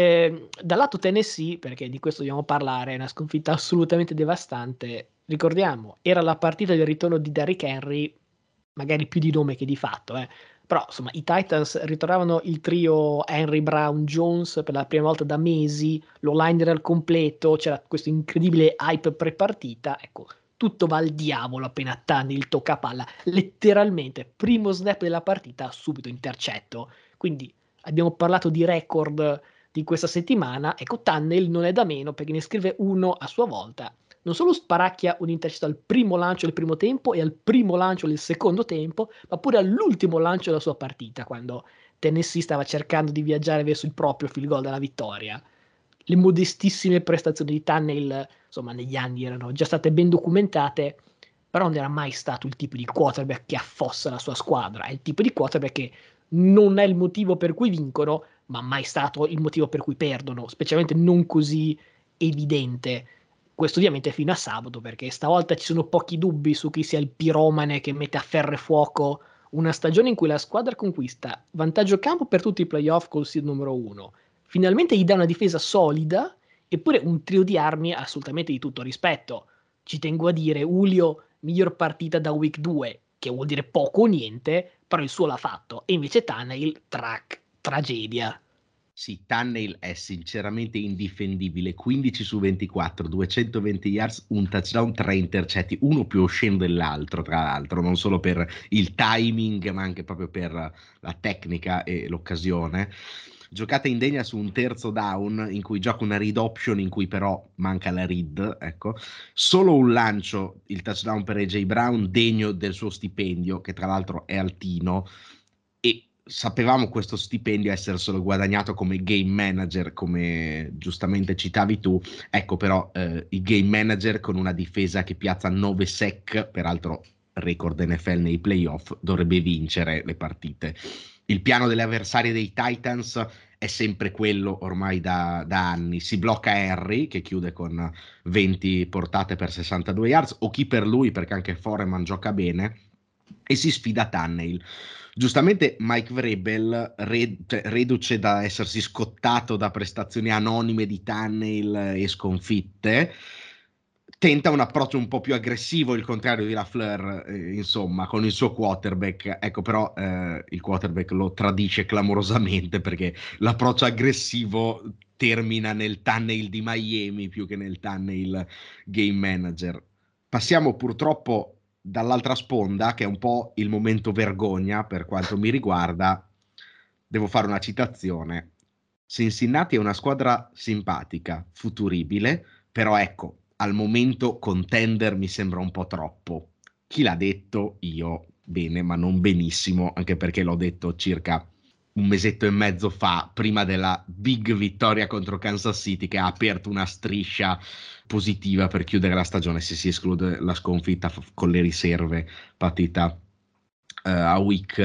Dal lato Tennessee, perché di questo dobbiamo parlare, è una sconfitta assolutamente devastante. Ricordiamo, era la partita del ritorno di Derrick Henry, magari più di nome che di fatto, eh. Però insomma i Titans ritornavano il trio Henry, Brown, Jones per la prima volta da mesi, l'O-line era al completo, c'era questo incredibile hype pre-partita. Ecco, tutto va al diavolo appena Tannehill tocca palla, letteralmente primo snap della partita subito intercetto. Quindi abbiamo parlato di record di questa settimana. Ecco, Tannehill non è da meno perché ne scrive uno a sua volta. Non solo sparacchia un intercetto al primo lancio del primo tempo e al primo lancio del secondo tempo, ma pure all'ultimo lancio della sua partita, quando Tennessee stava cercando di viaggiare verso il proprio field goal della vittoria. Le modestissime prestazioni di Tannehill, insomma, negli anni erano già state ben documentate, però non era mai stato il tipo di quarterback che affossa la sua squadra, è il tipo di quarterback che non è il motivo per cui vincono, ma mai stato il motivo per cui perdono, specialmente non così evidente. Questo ovviamente fino a sabato, perché stavolta ci sono pochi dubbi su chi sia il piromane che mette a ferro e fuoco una stagione in cui la squadra conquista vantaggio campo per tutti i playoff col seed numero 1. Finalmente gli dà una difesa solida, eppure un trio di armi assolutamente di tutto rispetto. Ci tengo a dire, Julio, miglior partita da week 2, che vuol dire poco o niente, però il suo l'ha fatto. E invece Tannehill, tragedia. Sì, Tannehill è sinceramente indifendibile, 15 su 24, 220 yards, un touchdown, 3 intercetti, uno più osceno dell'altro, tra l'altro, non solo per il timing, ma anche proprio per la tecnica e l'occasione. Giocata indegna su un terzo down in cui gioca una read option in cui però manca la read, ecco. Solo un lancio, il touchdown per AJ Brown, degno del suo stipendio, che tra l'altro è altino, e sapevamo questo stipendio esserselo guadagnato come game manager, come giustamente citavi tu. Ecco però il game manager con una difesa che piazza 9 sec, peraltro record NFL nei playoff, dovrebbe vincere le partite. Il piano delle avversarie dei Titans è sempre quello ormai da anni. Si blocca Harry, che chiude con 20 portate per 62 yards, o chi per lui, perché anche Foreman gioca bene, e si sfida Tannehill. Giustamente Mike Vrabel, reduce da essersi scottato da prestazioni anonime di Tannehill e sconfitte, tenta un approccio un po' più aggressivo, il contrario di Lafleur, insomma, con il suo quarterback. Ecco, però il quarterback lo tradisce clamorosamente perché l'approccio aggressivo termina nel Tannehill di Miami più che nel Tannehill game manager. Passiamo purtroppo dall'altra sponda, che è un po' il momento vergogna per quanto mi riguarda. Devo fare una citazione. Cincinnati è una squadra simpatica, futuribile, però ecco, al momento contender mi sembra un po' troppo. Chi l'ha detto? Io. Bene, ma non benissimo, anche perché l'ho detto circa un mesetto e mezzo fa, prima della big vittoria contro Kansas City, che ha aperto una striscia positiva per chiudere la stagione se si esclude la sconfitta con le riserve partita a week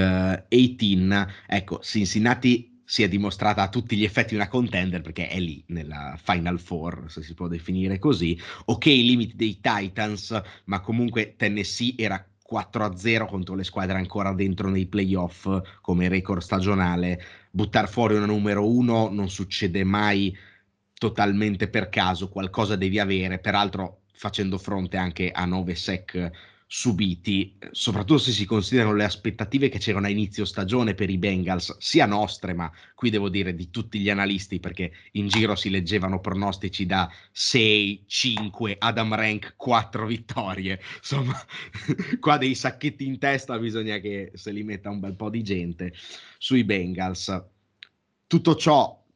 18. Ecco, Cincinnati si è dimostrata a tutti gli effetti una contender perché è lì nella Final Four, se si può definire così. Ok, i limiti dei Titans, ma comunque Tennessee era 4-0 contro le squadre ancora dentro nei playoff come record stagionale. Buttar fuori una numero 1 non succede mai totalmente per caso, qualcosa devi avere, peraltro facendo fronte anche a 9 sec subiti, soprattutto se si considerano le aspettative che c'erano a inizio stagione per i Bengals, sia nostre, ma qui devo dire di tutti gli analisti, perché in giro si leggevano pronostici da 6, 5, Adam Rank 4 vittorie, insomma, qua dei sacchetti in testa bisogna che se li metta un bel po' di gente sui Bengals. Tutto ciò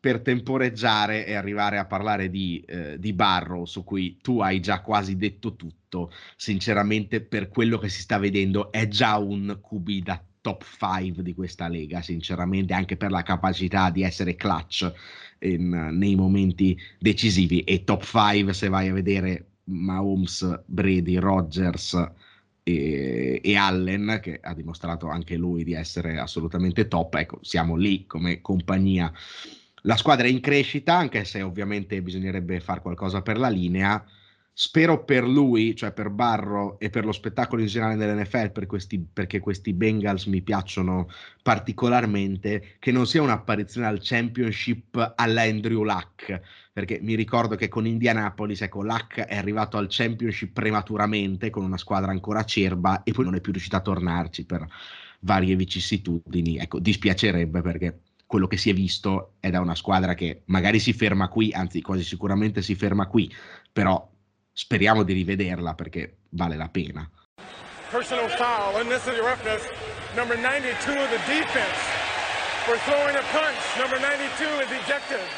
per temporeggiare e arrivare a parlare di Barrow, su cui tu hai già quasi detto tutto. Sinceramente, per quello che si sta vedendo, è già un QB da top 5 di questa lega, sinceramente, anche per la capacità di essere clutch nei momenti decisivi. E top 5, se vai a vedere Mahomes, Brady, Rodgers e Allen, che ha dimostrato anche lui di essere assolutamente top, ecco, siamo lì come compagnia. La squadra è in crescita, anche se ovviamente bisognerebbe fare qualcosa per la linea. Spero per lui, cioè per Barrow e per lo spettacolo in generale dell'NFL, perché questi Bengals mi piacciono particolarmente, che non sia un'apparizione al championship alla Andrew Luck, perché mi ricordo che con Indianapolis, ecco, Luck è arrivato al championship prematuramente con una squadra ancora acerba e poi non è più riuscito a tornarci per varie vicissitudini. Ecco, dispiacerebbe perché quello che si è visto è da una squadra che magari si ferma qui, anzi quasi sicuramente si ferma qui, però speriamo di rivederla perché vale la pena. Personal foul, unnecessary roughness, number 92 of the defense for throwing a punch. Number 92 is ejected.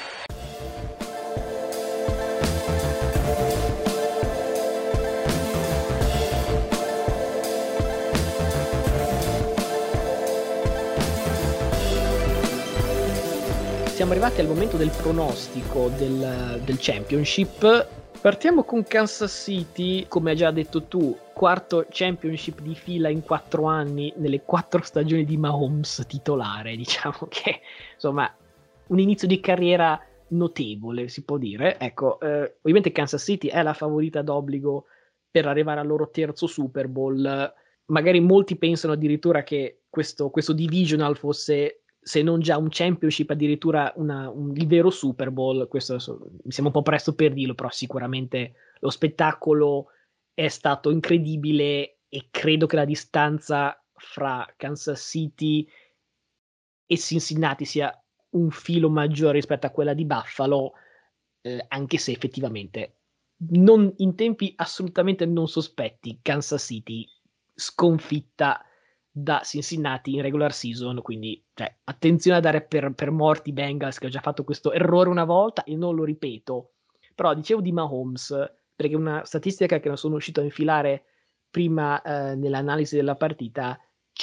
Siamo arrivati al momento del pronostico del championship. Partiamo con Kansas City, come hai già detto tu, quarto championship di fila in 4 anni nelle 4 stagioni di Mahomes titolare. Diciamo che insomma un inizio di carriera notevole, si può dire. Ecco, ovviamente Kansas City è la favorita d'obbligo per arrivare al loro terzo Super Bowl. Magari molti pensano addirittura che questo divisional fosse, se non già un championship, addirittura il vero Super Bowl. Questo mi sembra un po' presto per dirlo, però sicuramente lo spettacolo è stato incredibile e credo che la distanza fra Kansas City e Cincinnati sia un filo maggiore rispetto a quella di Buffalo, anche se effettivamente in tempi assolutamente non sospetti Kansas City sconfitta da Cincinnati in regular season, quindi attenzione a dare per morti Bengals, che ho già fatto questo errore una volta e non lo ripeto. Però dicevo di Mahomes perché una statistica che non sono riuscito a infilare prima nell'analisi della partita: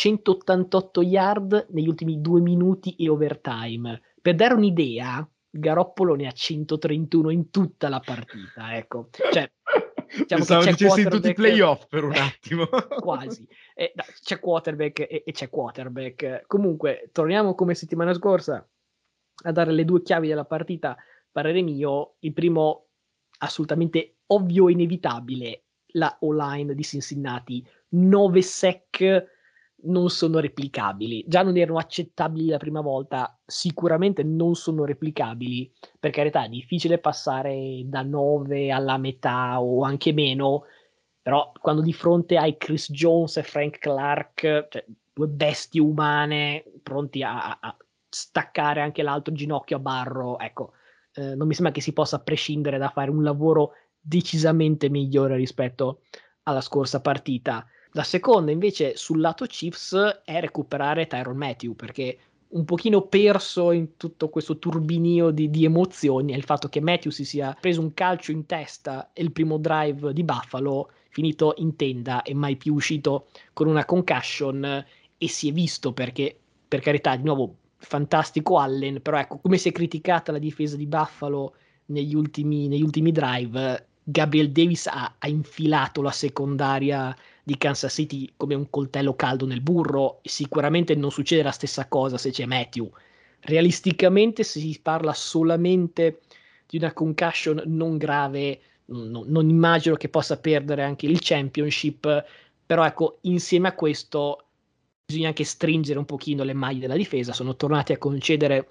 188 yard negli ultimi 2 minuti e overtime. Per dare un'idea, Garoppolo ne ha 131 in tutta la partita, ecco. Cioè, diciamo pensavo che c'è dicessi in tutti i quarterback, playoff per un attimo. quasi. C'è quarterback e c'è quarterback. Comunque, torniamo come settimana scorsa a dare le 2 chiavi della partita, parere mio. Il primo, assolutamente ovvio e inevitabile, la O-line di Cincinnati. 9 sack non sono replicabili. Già non erano accettabili la prima volta, sicuramente non sono replicabili. Per carità, è difficile passare da 9 alla metà o anche meno, però quando di fronte hai Chris Jones e Frank Clark, cioè 2 bestie umane pronti a staccare anche l'altro ginocchio a Barrow, ecco, non mi sembra che si possa prescindere da fare un lavoro decisamente migliore rispetto alla scorsa partita. La seconda invece sul lato Chiefs è recuperare Tyrann Mathieu, perché un pochino perso in tutto questo turbinio di emozioni è il fatto che Matthew si sia preso un calcio in testa e il primo drive di Buffalo finito in tenda e mai più uscito con una concussion, e si è visto perché, per carità, di nuovo fantastico Allen, però ecco, come si è criticata la difesa di Buffalo negli ultimi drive, Gabriel Davis ha infilato la secondaria di Kansas City come un coltello caldo nel burro. Sicuramente non succede la stessa cosa se c'è Matthew. Realisticamente, se si parla solamente di una concussion non grave, non immagino che possa perdere anche il championship, però ecco, insieme a questo bisogna anche stringere un pochino le maglie della difesa. Sono tornati a concedere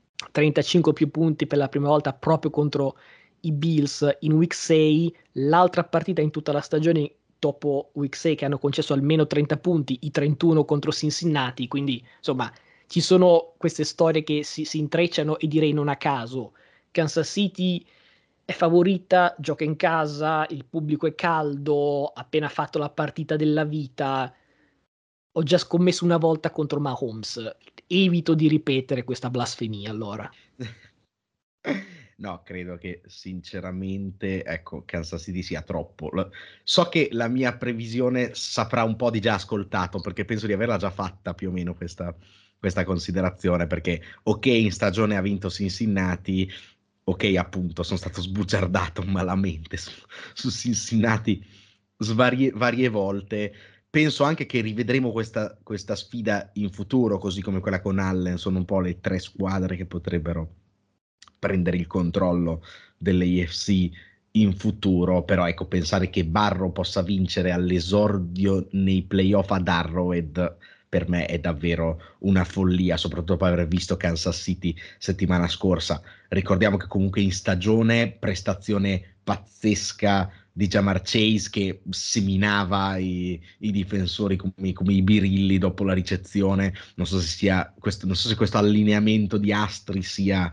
35 più punti per la prima volta proprio contro i Bills in week 6, l'altra partita in tutta la stagione dopo week 6 che hanno concesso almeno 30 punti, i 31 contro Cincinnati, quindi insomma ci sono queste storie che si intrecciano, e direi non a caso. Kansas City è favorita, gioca in casa, il pubblico è caldo, ha appena fatto la partita della vita. Ho già scommesso una volta contro Mahomes, evito di ripetere questa blasfemia allora. No, credo che sinceramente, ecco, Kansas City sia troppo. So che la mia previsione saprà un po' di già ascoltato, perché penso di averla già fatta più o meno questa considerazione, perché ok, in stagione ha vinto Cincinnati, ok, appunto, sono stato sbugiardato malamente su Cincinnati varie volte. Penso anche che rivedremo questa sfida in futuro, così come quella con Allen, sono un po' le tre squadre che potrebbero prendere il controllo dell'AFC in futuro, però ecco, pensare che Barrow possa vincere all'esordio nei playoff ad Arrowhead per me è davvero una follia, soprattutto per aver visto Kansas City settimana scorsa. Ricordiamo che comunque in stagione prestazione pazzesca di Jamar Chase che seminava i difensori come i birilli dopo la ricezione. Non so se questo allineamento di astri sia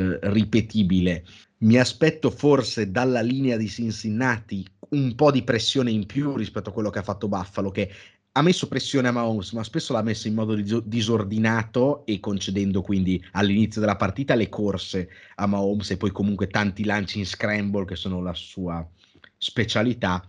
ripetibile. Mi aspetto forse dalla linea di Cincinnati un po' di pressione in più rispetto a quello che ha fatto Buffalo, che ha messo pressione a Mahomes, ma spesso l'ha messo in modo disordinato e concedendo quindi all'inizio della partita le corse a Mahomes e poi comunque tanti lanci in scramble che sono la sua specialità.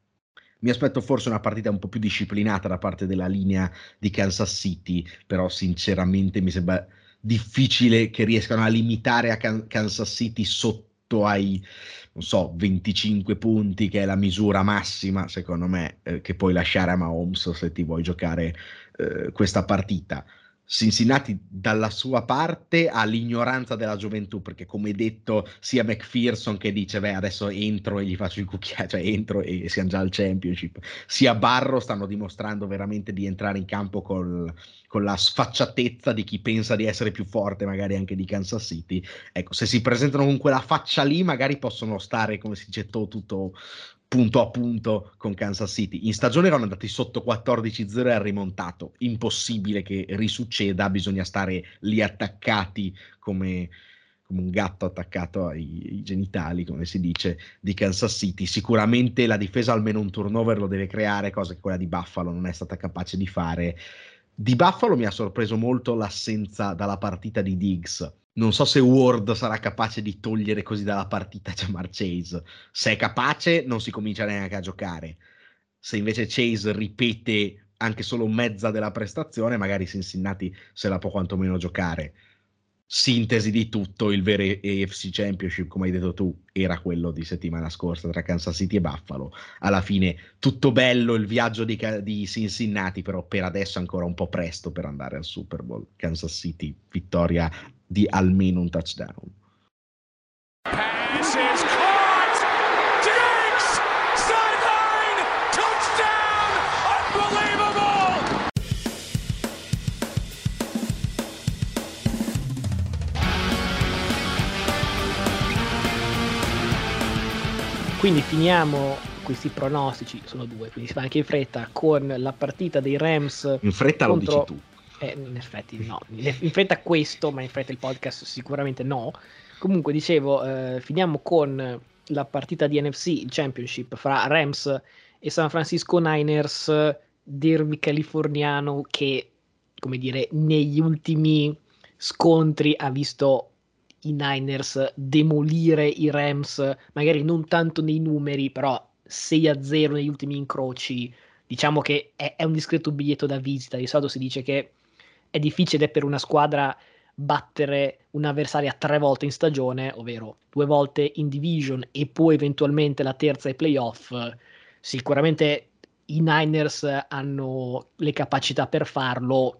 Mi aspetto forse una partita un po' più disciplinata da parte della linea di Kansas City, però sinceramente mi sembra difficile che riescano a limitare a Kansas City sotto ai, non so, 25 punti, che è la misura massima, secondo me, che puoi lasciare a Mahomes se ti vuoi giocare questa partita. Cincinnati dalla sua parte ha l'ignoranza della gioventù, perché come detto sia McPherson che dice beh adesso entro e gli faccio il cucchiaio, cioè entro e siamo già al championship, sia Barrow stanno dimostrando veramente di entrare in campo con la sfacciatezza di chi pensa di essere più forte magari anche di Kansas City. Ecco, se si presentano con quella faccia lì magari possono stare, come si dice, tutto punto a punto con Kansas City. In stagione erano andati sotto 14-0 e ha rimontato. Impossibile che risucceda, bisogna stare lì attaccati come un gatto attaccato ai genitali, come si dice, di Kansas City. Sicuramente la difesa almeno un turnover lo deve creare, cosa che quella di Buffalo non è stata capace di fare. Di Buffalo mi ha sorpreso molto l'assenza dalla partita di Diggs. Non so se Ward sarà capace di togliere così dalla partita Jamar Chase. Se è capace, non si comincia neanche a giocare. Se invece Chase ripete anche solo mezza della prestazione, magari Cincinnati se la può quantomeno giocare. Sintesi di tutto, il vero AFC Championship, come hai detto tu, era quello di settimana scorsa tra Kansas City e Buffalo. Alla fine tutto bello il viaggio di Cincinnati, però per adesso è ancora un po' presto per andare al Super Bowl. Kansas City, vittoria di almeno un touchdown. Quindi finiamo questi pronostici, sono due, quindi si fa anche in fretta, con la partita dei Rams. In fretta contro... lo dici tu. In effetti no, in fretta questo, ma in fretta il podcast sicuramente no. Comunque dicevo, finiamo con la partita di NFC, il Championship, fra Rams e San Francisco Niners, derby californiano che, come dire, negli ultimi scontri ha visto i Niners demolire i Rams, magari non tanto nei numeri, però 6-0 negli ultimi incroci. Diciamo che è un discreto biglietto da visita. Di solito si dice che è difficile per una squadra battere un'avversaria 3 volte in stagione, ovvero 2 volte in division e poi eventualmente la terza ai playoff. Sicuramente i Niners hanno le capacità per farlo.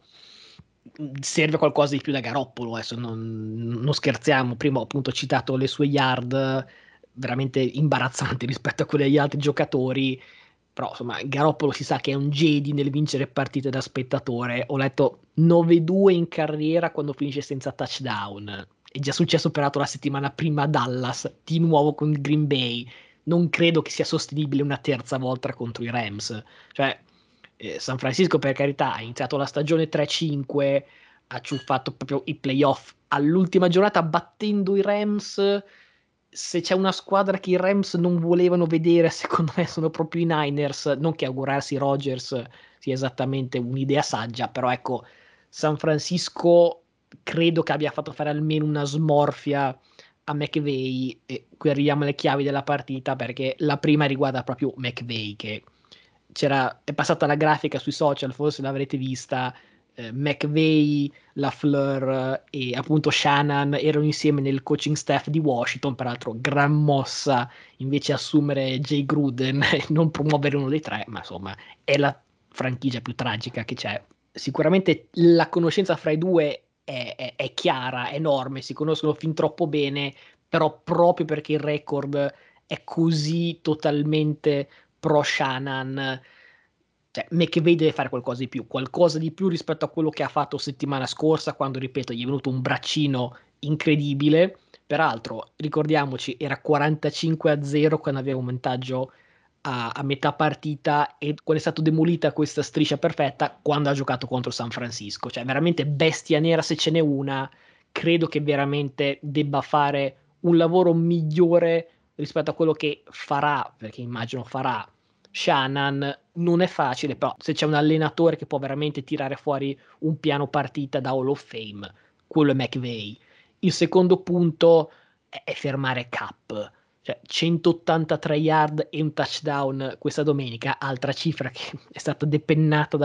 Serve qualcosa di più da Garoppolo, adesso non scherziamo. Prima ho appunto citato le sue yard veramente imbarazzanti rispetto a quelle degli altri giocatori, però insomma Garoppolo si sa che è un Jedi nel vincere partite da spettatore. Ho letto 9-2 in carriera quando finisce senza touchdown, è già successo peraltro la settimana prima a Dallas, di nuovo con Green Bay. Non credo che sia sostenibile una terza volta contro i Rams, cioè San Francisco per carità ha iniziato la stagione 3-5, ha ciuffato proprio i playoff all'ultima giornata battendo i Rams. Se c'è una squadra che i Rams non volevano vedere, secondo me sono proprio i Niners. Non che augurarsi Rodgers sia esattamente un'idea saggia, però ecco, San Francisco credo che abbia fatto fare almeno una smorfia a McVay, e qui arriviamo alle chiavi della partita, perché la prima riguarda proprio McVay, che è passata la grafica sui social, forse l'avrete vista. McVay, LaFleur e appunto Shanahan erano insieme nel coaching staff di Washington, peraltro gran mossa invece assumere Jay Gruden e non promuovere uno dei tre, ma insomma è la franchigia più tragica che c'è. Sicuramente la conoscenza fra i due è chiara, è enorme, si conoscono fin troppo bene, però proprio perché il record è così totalmente pro Shanahan, cioè McVay deve fare qualcosa di più rispetto a quello che ha fatto settimana scorsa, quando, ripeto, gli è venuto un braccino incredibile. Peraltro, ricordiamoci, era 45-0 quando aveva un vantaggio a metà partita, e quando è stata demolita questa striscia perfetta quando ha giocato contro San Francisco. Cioè veramente bestia nera se ce n'è una. Credo che veramente debba fare un lavoro migliore rispetto a quello che farà, perché immagino farà Shanahan. Non è facile, però se c'è un allenatore che può veramente tirare fuori un piano partita da Hall of Fame, quello è McVay. Il secondo punto è fermare Cup. Cioè 183 yard e un touchdown questa domenica, altra cifra che è stata depennata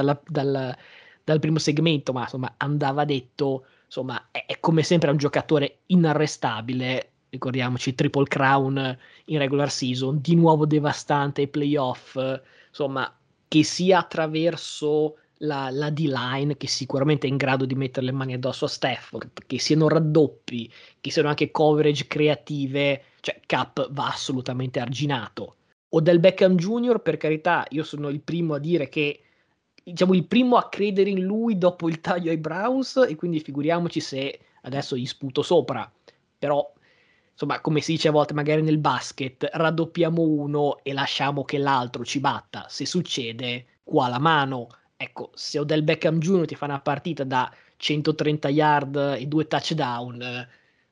dal primo segmento, ma insomma andava detto. Insomma è come sempre un giocatore inarrestabile. Ricordiamoci Triple Crown in regular season, di nuovo devastante ai playoff. Insomma, che sia attraverso la D-line, che sicuramente è in grado di mettere le mani addosso a Stafford, che siano raddoppi, che siano anche coverage creative, cioè Cup va assolutamente arginato. Odell Beckham Jr., per carità, io sono il primo a dire che, diciamo, il primo a credere in lui dopo il taglio ai Browns, e quindi figuriamoci se adesso gli sputo sopra. Però insomma, come si dice a volte magari nel basket, raddoppiamo uno e lasciamo che l'altro ci batta. Se succede, qua la mano. Ecco, se Odell Beckham Jr. ti fa una partita da 130 yard e 2 touchdown,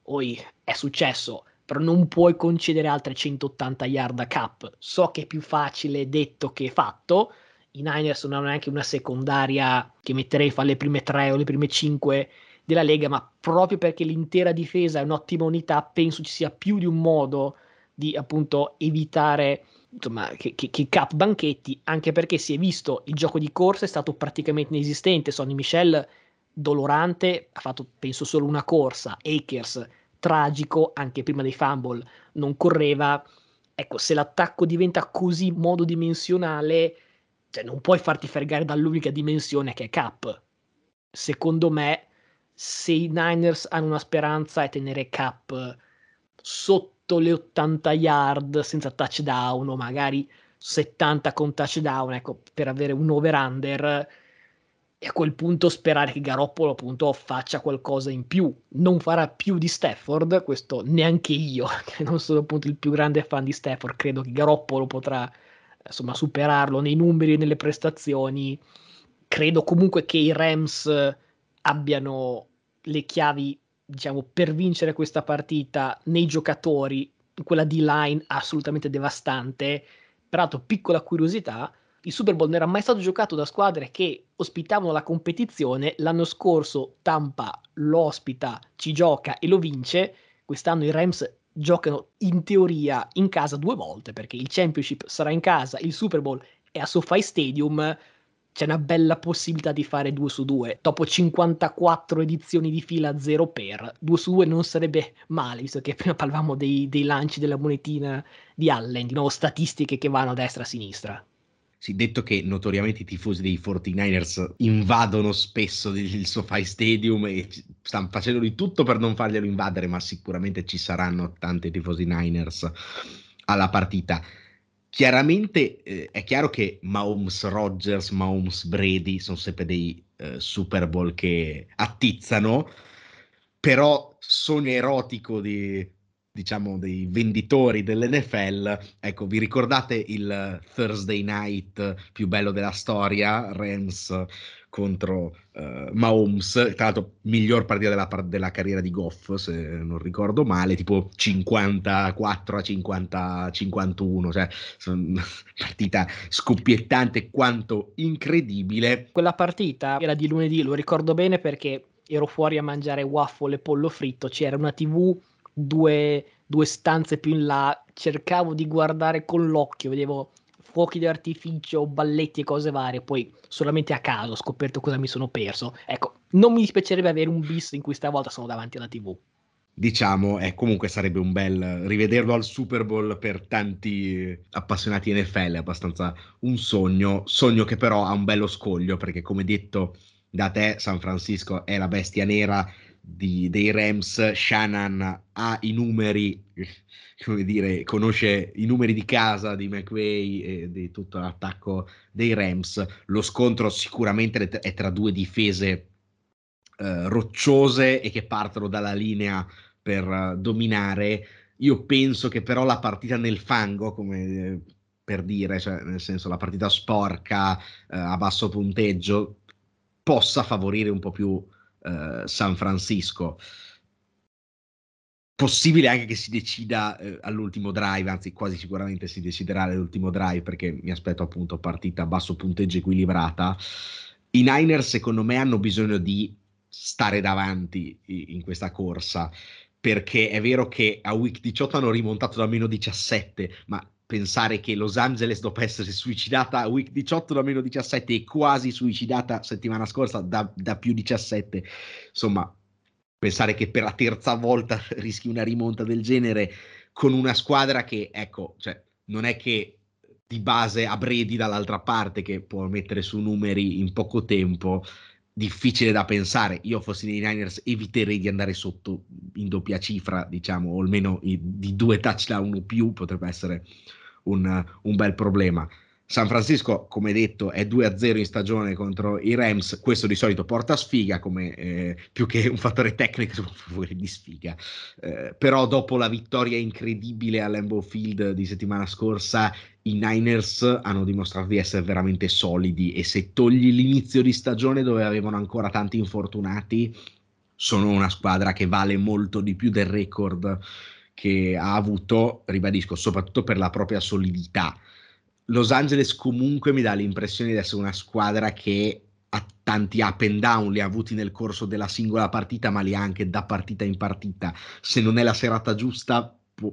è successo, però non puoi concedere altre 180 yard a Cup. So che è più facile detto che fatto. I Niners non hanno neanche una secondaria che metterei fra le prime 3 o le prime 5 della Lega, ma proprio perché l'intera difesa è un'ottima unità, penso ci sia più di un modo di appunto evitare, insomma, che Cup banchetti, anche perché si è visto il gioco di corsa è stato praticamente inesistente. Sonny Michel dolorante, ha fatto penso solo una corsa. Akers tragico, anche prima dei fumble non correva. Ecco, se l'attacco diventa così monodimensionale, cioè non puoi farti fregare dall'unica dimensione che è Cup. Secondo me, se i Niners hanno una speranza è tenere Cup sotto le 80 yard senza touchdown, o magari 70 con touchdown, ecco, per avere un over-under, e a quel punto sperare che Garoppolo appunto faccia qualcosa in più. Non farà più di Stafford, questo neanche io, che non sono appunto il più grande fan di Stafford, credo che Garoppolo potrà insomma superarlo nei numeri e nelle prestazioni. Credo comunque che i Rams abbiano le chiavi, diciamo, per vincere questa partita nei giocatori, in quella D-line assolutamente devastante. Peraltro, piccola curiosità, il Super Bowl non era mai stato giocato da squadre che ospitavano la competizione. L'anno scorso Tampa lo ospita, ci gioca e lo vince. Quest'anno i Rams giocano in teoria in casa 2 volte, perché il Championship sarà in casa, il Super Bowl è a SoFi Stadium. C'è una bella possibilità di fare 2 su 2. Dopo 54 edizioni di fila 0 per 2 su 2 non sarebbe male, visto che prima parlavamo dei lanci della monetina di Allen, di nuovo statistiche che vanno a destra e a sinistra. Sì, detto che notoriamente i tifosi dei 49ers invadono spesso il SoFi Stadium e stanno facendo di tutto per non farglielo invadere, ma sicuramente ci saranno tanti tifosi Niners alla partita. Chiaramente è chiaro che Mahomes Rodgers, Mahomes Brady sono sempre dei Super Bowl che attizzano, però sogno erotico diciamo dei venditori dell'NFL. Ecco, vi ricordate il Thursday night più bello della storia, Rams contro Mahomes, tra l'altro miglior partita della carriera di Goff, se non ricordo male, tipo 54-51, cioè partita scoppiettante quanto incredibile. Quella partita era di lunedì, lo ricordo bene perché ero fuori a mangiare waffle e pollo fritto, c'era una TV due stanze più in là, cercavo di guardare con l'occhio, vedevo fuochi di artificio, balletti e cose varie, poi solamente a caso ho scoperto cosa mi sono perso. Ecco, non mi dispiacerebbe avere un bis in cui stavolta sono davanti alla TV. Diciamo, comunque sarebbe un bel rivederlo al Super Bowl per tanti appassionati NFL, è abbastanza un sogno che però ha un bello scoglio, perché come detto da te, San Francisco è la bestia nera dei Rams. Shanahan ha i numeri, come dire, conosce i numeri di casa di McVay e di tutto l'attacco dei Rams. Lo scontro sicuramente è tra due difese rocciose e che partono dalla linea per dominare. Io penso che però la partita nel fango, come per dire, cioè nel senso la partita sporca a basso punteggio, possa favorire un po' più San Francisco. Possibile anche che si decida all'ultimo drive, anzi quasi sicuramente si deciderà all'ultimo drive, perché mi aspetto appunto partita a basso punteggio equilibrata. I Niners secondo me hanno bisogno di stare davanti in questa corsa, perché è vero che a week 18 hanno rimontato da meno 17, ma pensare che Los Angeles, dopo essere suicidata a week 18 da meno 17 e quasi suicidata settimana scorsa da più 17, insomma, pensare che per la terza volta rischi una rimonta del genere con una squadra che, ecco, cioè, non è che di base ha Brady dall'altra parte che può mettere su numeri in poco tempo, difficile da pensare. Io fossi nei Niners eviterei di andare sotto in doppia cifra, diciamo, o almeno di 2 touchdown o più, potrebbe essere un bel problema. San Francisco, come detto, è 2-0 in stagione contro i Rams. Questo di solito porta sfiga, come più che un fattore tecnico, un fattore di sfiga. Però dopo la vittoria incredibile a Lambeau Field di settimana scorsa, i Niners hanno dimostrato di essere veramente solidi, e se togli l'inizio di stagione dove avevano ancora tanti infortunati, sono una squadra che vale molto di più del record che ha avuto, ribadisco, soprattutto per la propria solidità. Los Angeles comunque mi dà l'impressione di essere una squadra che ha tanti up and down, li ha avuti nel corso della singola partita, ma li ha anche da partita in partita. Se non è la serata giusta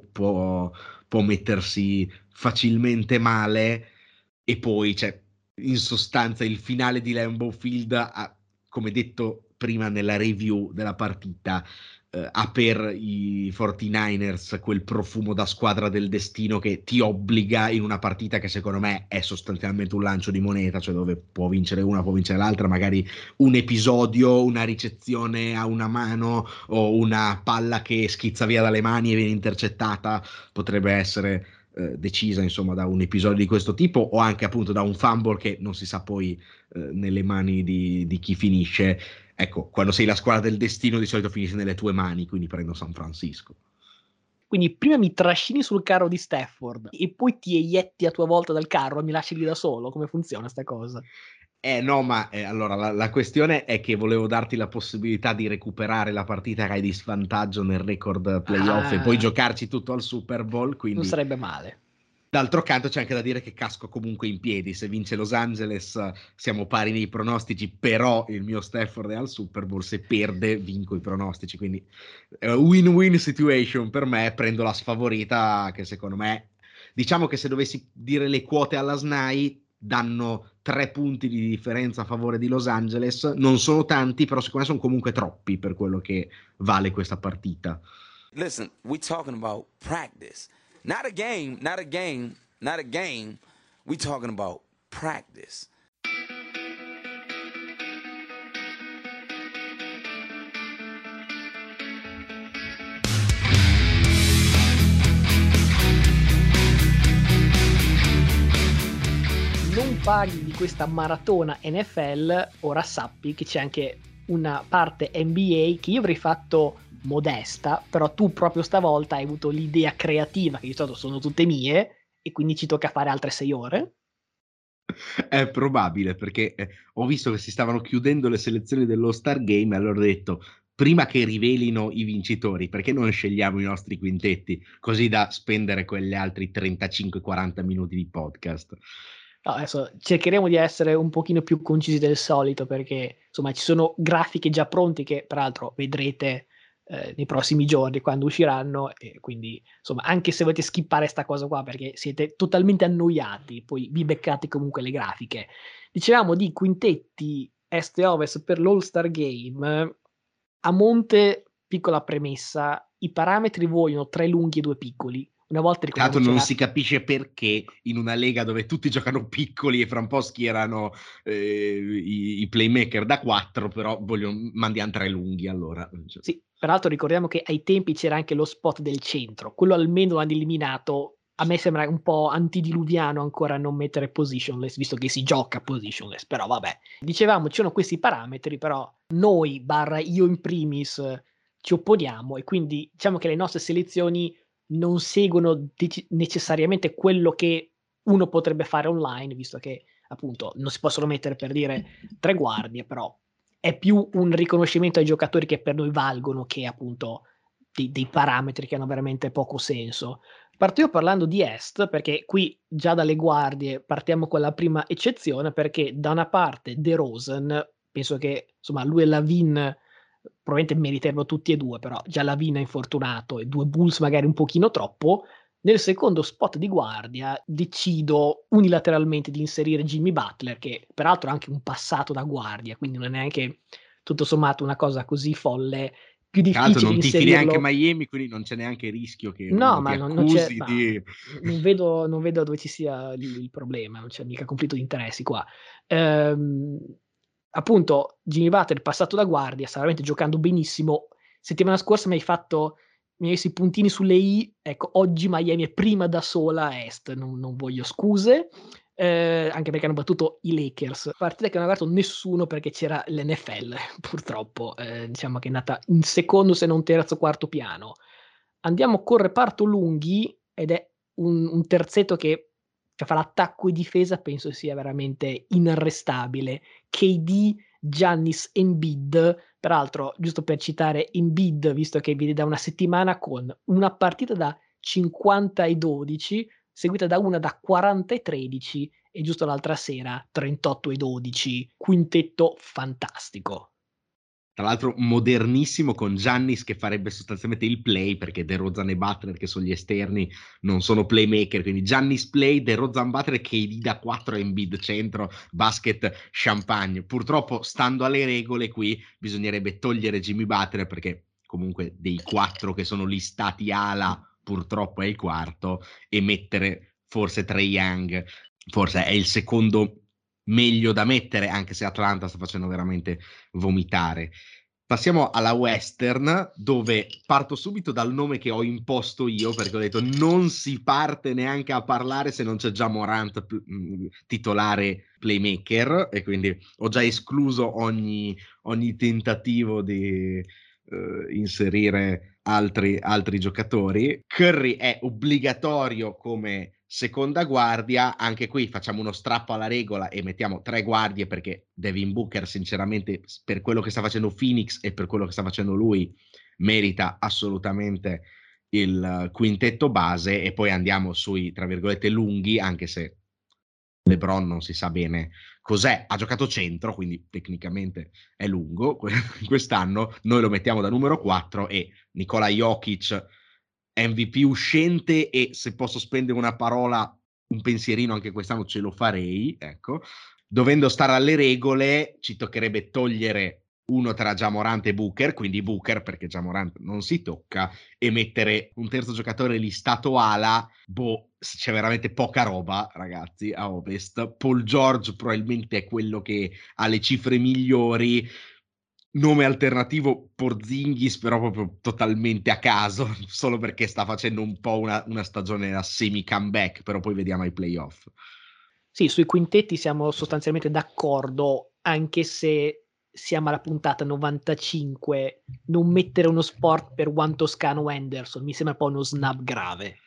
può mettersi facilmente male, e poi in sostanza il finale di Lambeau Field, come detto prima nella review della partita, ha per i 49ers quel profumo da squadra del destino che ti obbliga in una partita che secondo me è sostanzialmente un lancio di moneta, cioè dove può vincere una, può vincere l'altra, magari un episodio, una ricezione a una mano o una palla che schizza via dalle mani e viene intercettata potrebbe essere decisa insomma da un episodio di questo tipo, o anche appunto da un fumble che non si sa poi nelle mani di chi finisce. Ecco, quando sei la squadra del destino di solito finisce nelle tue mani, quindi prendo San Francisco. Quindi prima mi trascini sul carro di Stafford e poi ti eietti a tua volta dal carro e mi lasci lì da solo? Come funziona sta cosa? No, ma allora la questione è che volevo darti la possibilità di recuperare la partita che hai di svantaggio nel record playoff e poi giocarci tutto al Super Bowl, quindi non sarebbe male. D'altro canto c'è anche da dire che casco comunque in piedi. Se vince Los Angeles siamo pari nei pronostici, però il mio Stafford è al Super Bowl, se perde vinco i pronostici, quindi win-win situation per me. Prendo la sfavorita, che secondo me, diciamo che se dovessi dire le quote alla SNAI, danno 3 punti di differenza a favore di Los Angeles. Non sono tanti, però secondo me sono comunque troppi per quello che vale questa partita. Listen, we talking about practice. Not a game, not a game, not a game. We talking about practice. Non paghi di questa maratona NFL, ora sappi che c'è anche una parte NBA che io avrei fatto modesta, però tu proprio stavolta hai avuto l'idea creativa, che di solito sono tutte mie, e quindi ci tocca fare altre 6 ore. È probabile, perché ho visto che si stavano chiudendo le selezioni dello Star Game, e allora ho detto, prima che rivelino i vincitori, perché non scegliamo i nostri quintetti, così da spendere quegli altri 35-40 minuti di podcast. No, adesso cercheremo di essere un pochino più concisi del solito, perché insomma ci sono grafiche già pronti che peraltro vedrete nei prossimi giorni quando usciranno, e quindi insomma anche se volete skippare sta cosa qua perché siete totalmente annoiati, poi vi beccate comunque le grafiche. Dicevamo di quintetti est e ovest per l'All-Star Game. A monte, piccola premessa, i parametri vogliono 3 lunghi e 2 piccoli. Una volta Tra l'altro ricordiamo non c'era si capisce perché in una lega dove tutti giocano piccoli e fra un po' schierano i playmaker da 4, però mandiamo 3 lunghi allora. Cioè. sì, peraltro ricordiamo che ai tempi c'era anche lo spot del centro, quello almeno l'hanno eliminato. A me sembra un po' antediluviano ancora non mettere positionless, visto che si gioca positionless, però vabbè. Dicevamo, ci sono questi parametri, però noi, barra io in primis, ci opponiamo, e quindi diciamo che le nostre selezioni non seguono necessariamente quello che uno potrebbe fare online, visto che appunto non si possono mettere, per dire, 3 guardie, però è più un riconoscimento ai giocatori che per noi valgono che appunto dei parametri che hanno veramente poco senso. Parto parlando di Est, perché qui già dalle guardie partiamo con la prima eccezione, perché da una parte DeRozan, penso che insomma lui e Lavin probabilmente meriterebbero tutti e due, però già Lavin è infortunato e 2 Bulls magari un pochino troppo. Nel secondo spot di guardia decido unilateralmente di inserire Jimmy Butler, che peraltro ha anche un passato da guardia, quindi non è neanche tutto sommato una cosa così folle. Più Tra l'altro difficile non tifi neanche inserirlo. Miami, quindi non c'è neanche rischio che No, uno ti ma non c'è, accusi ma di... non vedo dove ci sia il problema, non c'è mica conflitto di interessi qua. Ehm, appunto, Jimmy Butler, passato da guardia, sta veramente giocando benissimo. Settimana scorsa mi hai messo i puntini sulle i. Ecco, oggi Miami è prima da sola a est, non voglio scuse. Anche perché hanno battuto i Lakers, partita che non ha guardato nessuno perché c'era l'NFL, purtroppo. Diciamo che è nata in secondo, se non terzo, quarto piano. Andiamo col reparto lunghi, ed è un terzetto che, cioè, fa l'attacco e difesa, penso sia veramente inarrestabile. KD, Giannis, Embiid. Peraltro, giusto per citare Embiid, visto che viene da una settimana con una partita da 50-12, seguita da una da 40-13, e giusto l'altra sera 38-12. Quintetto fantastico. Tra l'altro modernissimo, con Giannis che farebbe sostanzialmente il play, perché DeRozan e Butler, che sono gli esterni, non sono playmaker, quindi Giannis play, DeRozan Butler, KD da 4 e Embiid centro, basket champagne. Purtroppo, stando alle regole qui, bisognerebbe togliere Jimmy Butler, perché comunque dei 4 che sono listati ala, purtroppo è il quarto, e mettere forse Trae Young, forse è il secondo meglio da mettere, anche se Atlanta sta facendo veramente vomitare. Passiamo alla Western, dove parto subito dal nome che ho imposto io, perché ho detto non si parte neanche a parlare se non c'è già Morant titolare playmaker, e quindi ho già escluso ogni tentativo di inserire altri giocatori. Curry è obbligatorio come seconda guardia. Anche qui facciamo uno strappo alla regola e mettiamo 3 guardie, perché Devin Booker sinceramente, per quello che sta facendo Phoenix e per quello che sta facendo lui, merita assolutamente il quintetto base. E poi andiamo sui, tra virgolette, lunghi, anche se LeBron non si sa bene cos'è, ha giocato centro, quindi tecnicamente è lungo quest'anno. Noi lo mettiamo da numero 4 e Nikola Jokic MVP uscente, e se posso spendere una parola, un pensierino anche quest'anno ce lo farei, ecco. Dovendo stare alle regole, ci toccherebbe togliere uno tra Ja Morant e Booker, quindi Booker, perché Ja Morant non si tocca, e mettere un terzo giocatore listato ala. C'è veramente poca roba, ragazzi, a Ovest. Paul George probabilmente è quello che ha le cifre migliori. Nome alternativo Porzingis, però proprio totalmente a caso, solo perché sta facendo un po' una stagione a semi comeback, però poi vediamo ai playoff. Sì, sui quintetti siamo sostanzialmente d'accordo, anche se siamo alla puntata 95. Non mettere uno sport per Juan Toscano Henderson mi sembra poi uno snub grave.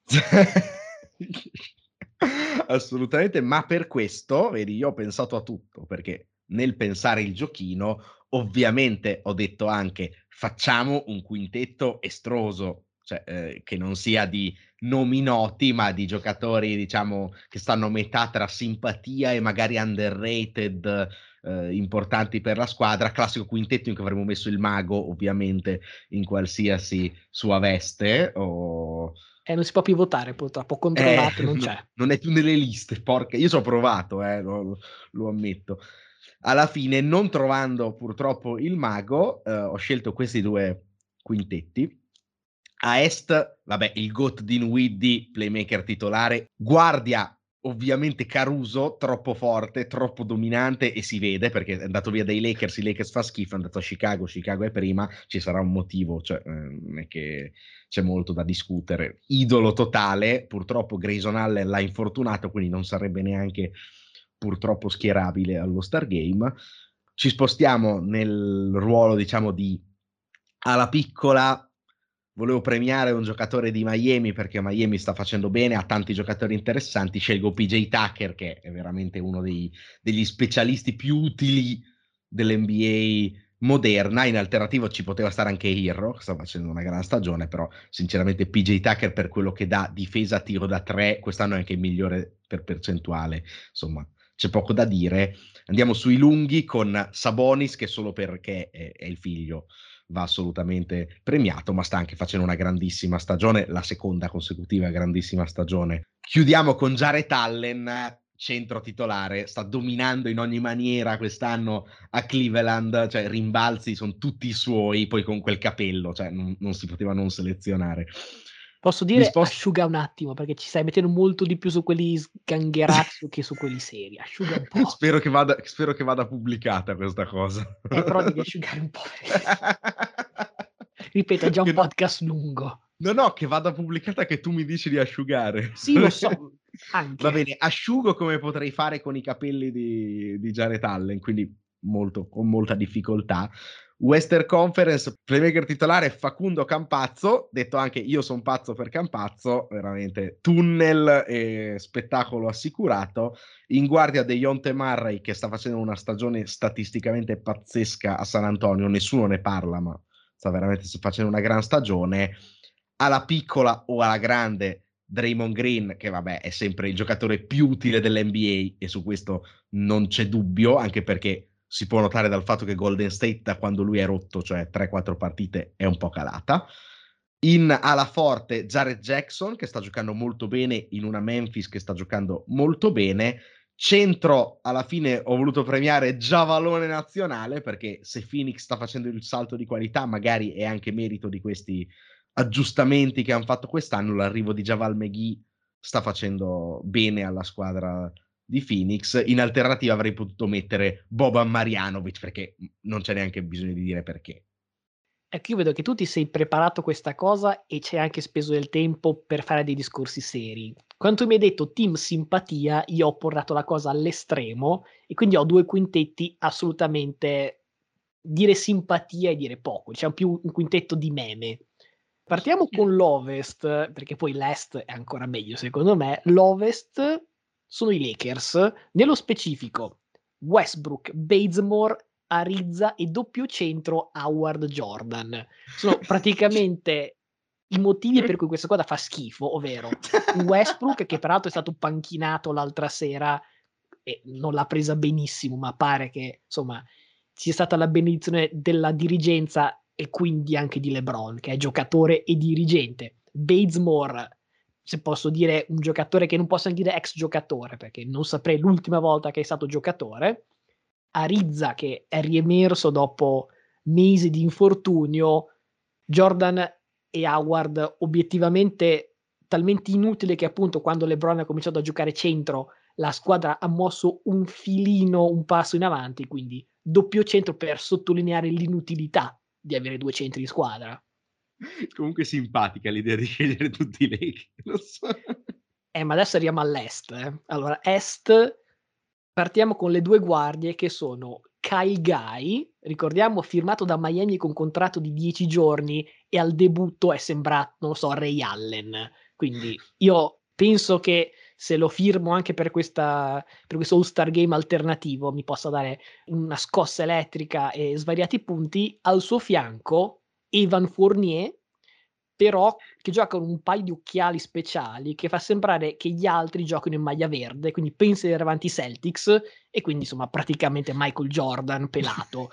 Assolutamente, ma per questo, vedi, io ho pensato a tutto, perché nel pensare il giochino, ovviamente ho detto anche facciamo un quintetto estroso, cioè che non sia di nomi noti, ma di giocatori, diciamo, che stanno a metà tra simpatia e magari underrated importanti per la squadra. Classico quintetto in cui avremmo messo il mago, ovviamente, in qualsiasi sua veste. Non si può più votare, purtroppo. Ho controllato, non c'è. Non è più nelle liste, porca. Io ci ho provato, lo ammetto. Alla fine, non trovando purtroppo il mago, ho scelto questi due quintetti. A est, vabbè, il GOAT Dinwiddie, playmaker titolare. Guardia, ovviamente Caruso, troppo forte, troppo dominante, e si vede perché è andato via dai Lakers, i Lakers fa schifo, è andato a Chicago è prima, ci sarà un motivo, cioè non è che c'è molto da discutere. Idolo totale, purtroppo Grayson Allen l'ha infortunato, quindi non sarebbe neanche purtroppo schierabile allo Star Game. Ci spostiamo nel ruolo, diciamo, di alla piccola. Volevo premiare un giocatore di Miami perché Miami sta facendo bene, ha tanti giocatori interessanti. Scelgo PJ Tucker, che è veramente uno degli specialisti più utili dell'NBA moderna. In alternativa ci poteva stare anche Herro, che sta facendo una gran stagione, però sinceramente PJ Tucker, per quello che dà difesa, tiro da tre, quest'anno è anche il migliore per percentuale. Insomma, c'è poco da dire. Andiamo sui lunghi con Sabonis, che solo perché è il figlio va assolutamente premiato, ma sta anche facendo una grandissima stagione, la seconda consecutiva grandissima stagione. Chiudiamo con Jarrett Allen, centro titolare, sta dominando in ogni maniera quest'anno a Cleveland, cioè rimbalzi sono tutti suoi, poi con quel capello, cioè non si poteva non selezionare. Posso dire asciuga un attimo, perché ci stai mettendo molto di più su quelli sgangherati che su quelli seri. Asciuga un po'. Spero che vada pubblicata questa cosa. Però devi asciugare un po'. Ripeto, è già un podcast lungo. No, che vada pubblicata, che tu mi dici di asciugare. Sì, lo so, anche. Va bene, asciugo come potrei fare con i capelli di Jarrett Allen, quindi con molta difficoltà. Western Conference, playmaker titolare Facundo Campazzo, detto anche io sono pazzo per Campazzo, veramente tunnel e spettacolo assicurato. In guardia Dejounte Murray, che sta facendo una stagione statisticamente pazzesca a San Antonio, nessuno ne parla, ma sta veramente facendo una gran stagione. Alla piccola o alla grande Draymond Green, che vabbè è sempre il giocatore più utile dell'NBA, e su questo non c'è dubbio, anche perché si può notare dal fatto che Golden State, da quando lui è rotto, cioè 3-4 partite, è un po' calata. In ala forte Jared Jackson, che sta giocando molto bene in una Memphis che sta giocando molto bene. Centro, alla fine ho voluto premiare Giavalone nazionale, perché se Phoenix sta facendo il salto di qualità, magari è anche merito di questi aggiustamenti che hanno fatto quest'anno. L'arrivo di Javal McGee sta facendo bene alla squadra di Phoenix. In alternativa avrei potuto mettere Boban Marjanovic, perché non c'è neanche bisogno di dire perché. Ecco, io vedo che tu ti sei preparato questa cosa e ci hai anche speso del tempo per fare dei discorsi seri. Quando tu mi hai detto team simpatia, io ho portato la cosa all'estremo e quindi ho due quintetti assolutamente dire simpatia e dire poco, diciamo più un quintetto di meme. Partiamo con l'Ovest, perché poi l'Est è ancora meglio secondo me. L'Ovest sono i Lakers, nello specifico Westbrook, Bazemore, Arizza e doppio centro Howard Jordan. Sono praticamente i motivi per cui questa squadra fa schifo, ovvero Westbrook, che peraltro è stato panchinato l'altra sera e non l'ha presa benissimo, ma pare che insomma ci sia stata la benedizione della dirigenza e quindi anche di LeBron, che è giocatore e dirigente. Bazemore, se posso dire un giocatore che non posso anche dire ex giocatore, perché non saprei l'ultima volta che è stato giocatore. Arizza, che è riemerso dopo mesi di infortunio. Jordan e Howard obiettivamente talmente inutile che appunto quando LeBron ha cominciato a giocare centro la squadra ha mosso un filino, un passo in avanti, quindi doppio centro per sottolineare l'inutilità di avere due centri in squadra. Comunque simpatica l'idea di scegliere tutti i Lakers, lo so. Ma adesso arriviamo all'est. Allora, est, partiamo con le due guardie che sono Kyle Guy, ricordiamo firmato da Miami con contratto di 10 giorni e al debutto è sembrato, non lo so, Ray Allen. Quindi io penso che se lo firmo anche per questo All-Star Game alternativo mi possa dare una scossa elettrica e svariati punti. Al suo fianco Evan Fournier, però che gioca con un paio di occhiali speciali che fa sembrare che gli altri giochino in maglia verde, quindi pensi di andare avanti i Celtics, e quindi insomma praticamente Michael Jordan pelato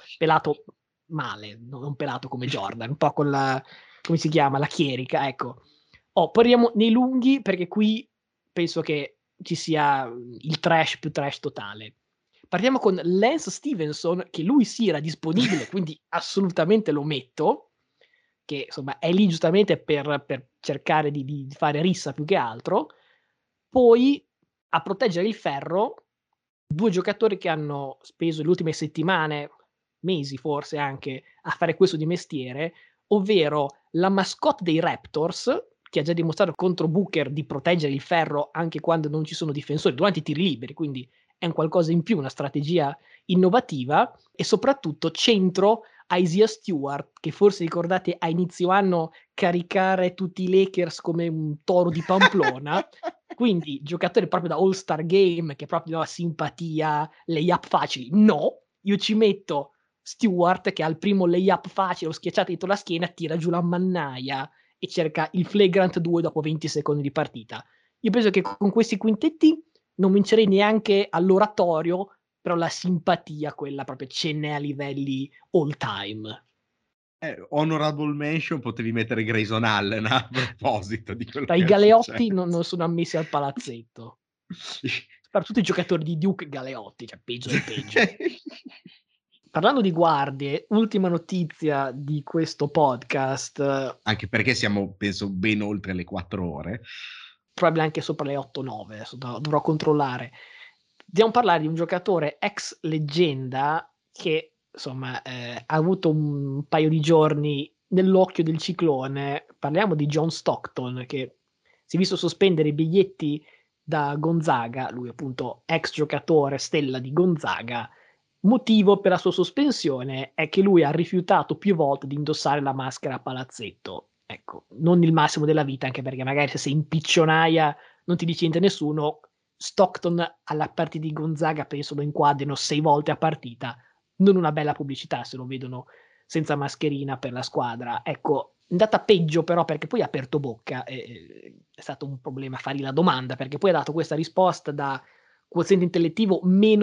male, non pelato come Jordan, un po' con la, come si chiama, la chierica, ecco. Parliamo nei lunghi, perché qui penso che ci sia il trash più trash totale. Partiamo con Lance Stevenson, che lui sì era disponibile, quindi assolutamente lo metto, che insomma è lì giustamente per cercare di fare rissa più che altro. Poi a proteggere il ferro, 2 giocatori che hanno speso le ultime settimane, mesi forse anche, a fare questo di mestiere, ovvero la mascotte dei Raptors, che ha già dimostrato contro Booker di proteggere il ferro anche quando non ci sono difensori, durante i tiri liberi, quindi è un qualcosa in più, una strategia innovativa, e soprattutto centro Isaiah Stewart, che forse ricordate a inizio anno caricare tutti i Lakers come un toro di Pamplona, quindi giocatore proprio da All-Star Game, che proprio la simpatia, layup facili. No, io ci metto Stewart che al primo layup facile o schiacciata dietro la schiena tira giù la mannaia e cerca il flagrant 2 dopo 20 secondi di partita. Io penso che con questi quintetti non vincerei neanche all'oratorio, però la simpatia, quella proprio ce n'è a livelli all time. Honorable mention potevi mettere Grayson Allen a proposito di quello Tra che i è Galeotti successo. non sono ammessi al palazzetto. Soprattutto i giocatori di Duke Galeotti, cioè peggio del peggio. Parlando di guardie, ultima notizia di questo podcast, Anche perché siamo, penso, ben oltre le 4 ore. probabile anche sopra le 8-9, adesso dovrò controllare. Dobbiamo parlare di un giocatore ex leggenda che insomma ha avuto un paio di giorni nell'occhio del ciclone. Parliamo di John Stockton, che si è visto sospendere i biglietti da Gonzaga, lui appunto ex giocatore stella di Gonzaga. Motivo per la sua sospensione è che lui ha rifiutato più volte di indossare la maschera a palazzetto. Ecco, non il massimo della vita, anche perché magari se sei in piccionaia non ti dice niente nessuno. Stockton alla partita di Gonzaga penso lo inquadrino 6 volte a partita, non una bella pubblicità se lo vedono senza mascherina per la squadra. Ecco, è andata peggio però perché poi ha aperto bocca, è stato un problema fargli la domanda, perché poi ha dato questa risposta da quoziente intellettivo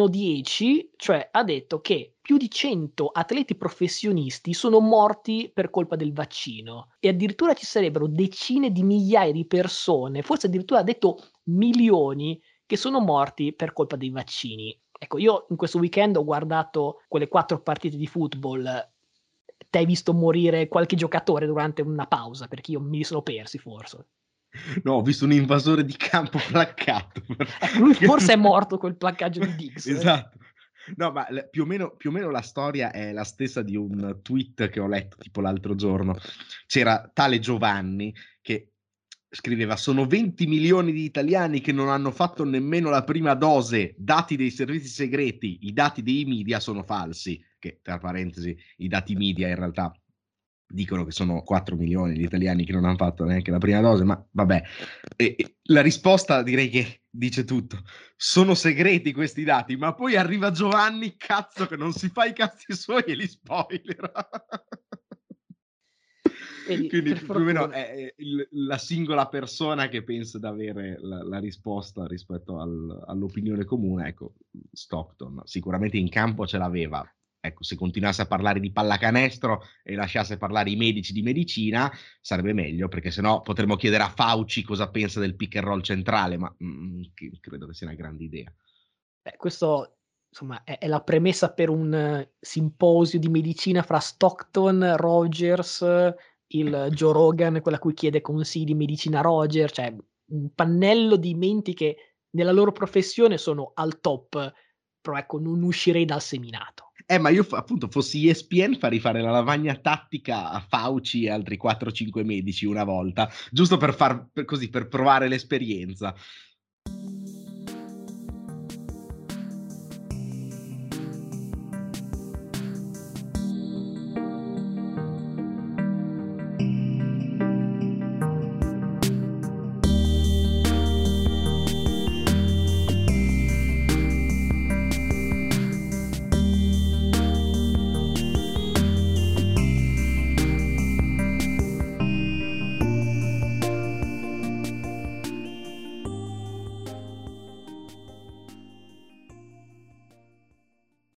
-10, cioè ha detto che più di 100 atleti professionisti sono morti per colpa del vaccino e addirittura ci sarebbero decine di migliaia di persone, forse addirittura ha detto milioni, che sono morti per colpa dei vaccini. Ecco, io in questo weekend ho guardato quelle 4 partite di football. Te hai visto morire qualche giocatore durante una pausa? Perché io me li sono persi forse. No, ho visto un invasore di campo placcato. Ecco, lui forse è morto col placcaggio di Diggs. Esatto. No, ma più o meno la storia è la stessa di un tweet che ho letto tipo l'altro giorno. C'era tale Giovanni che scriveva: sono 20 milioni di italiani che non hanno fatto nemmeno la prima dose, dati dei servizi segreti, i dati dei media sono falsi, che tra parentesi i dati media in realtà dicono che sono 4 milioni gli italiani che non hanno fatto neanche la prima dose, ma vabbè. E la risposta direi che dice tutto. Sono segreti questi dati, ma poi arriva Giovanni, cazzo, che non si fa i cazzi suoi e li spoiler. Quindi più o meno è la singola persona che pensa di avere la risposta rispetto all'opinione comune. Ecco, Stockton sicuramente in campo ce l'aveva. Ecco, se continuasse a parlare di pallacanestro e lasciasse parlare i medici di medicina sarebbe meglio, perché sennò potremmo chiedere a Fauci cosa pensa del pick and roll centrale, ma credo che sia una grande idea. Questo insomma è la premessa per un simposio di medicina fra Stockton, Rogers, il Joe Rogan, quella a cui chiede consigli di medicina Roger, cioè un pannello di menti che nella loro professione sono al top, però ecco non uscirei dal seminato. Ma io appunto fossi ESPN farei fare la lavagna tattica a Fauci e altri 4-5 medici una volta, giusto per provare l'esperienza.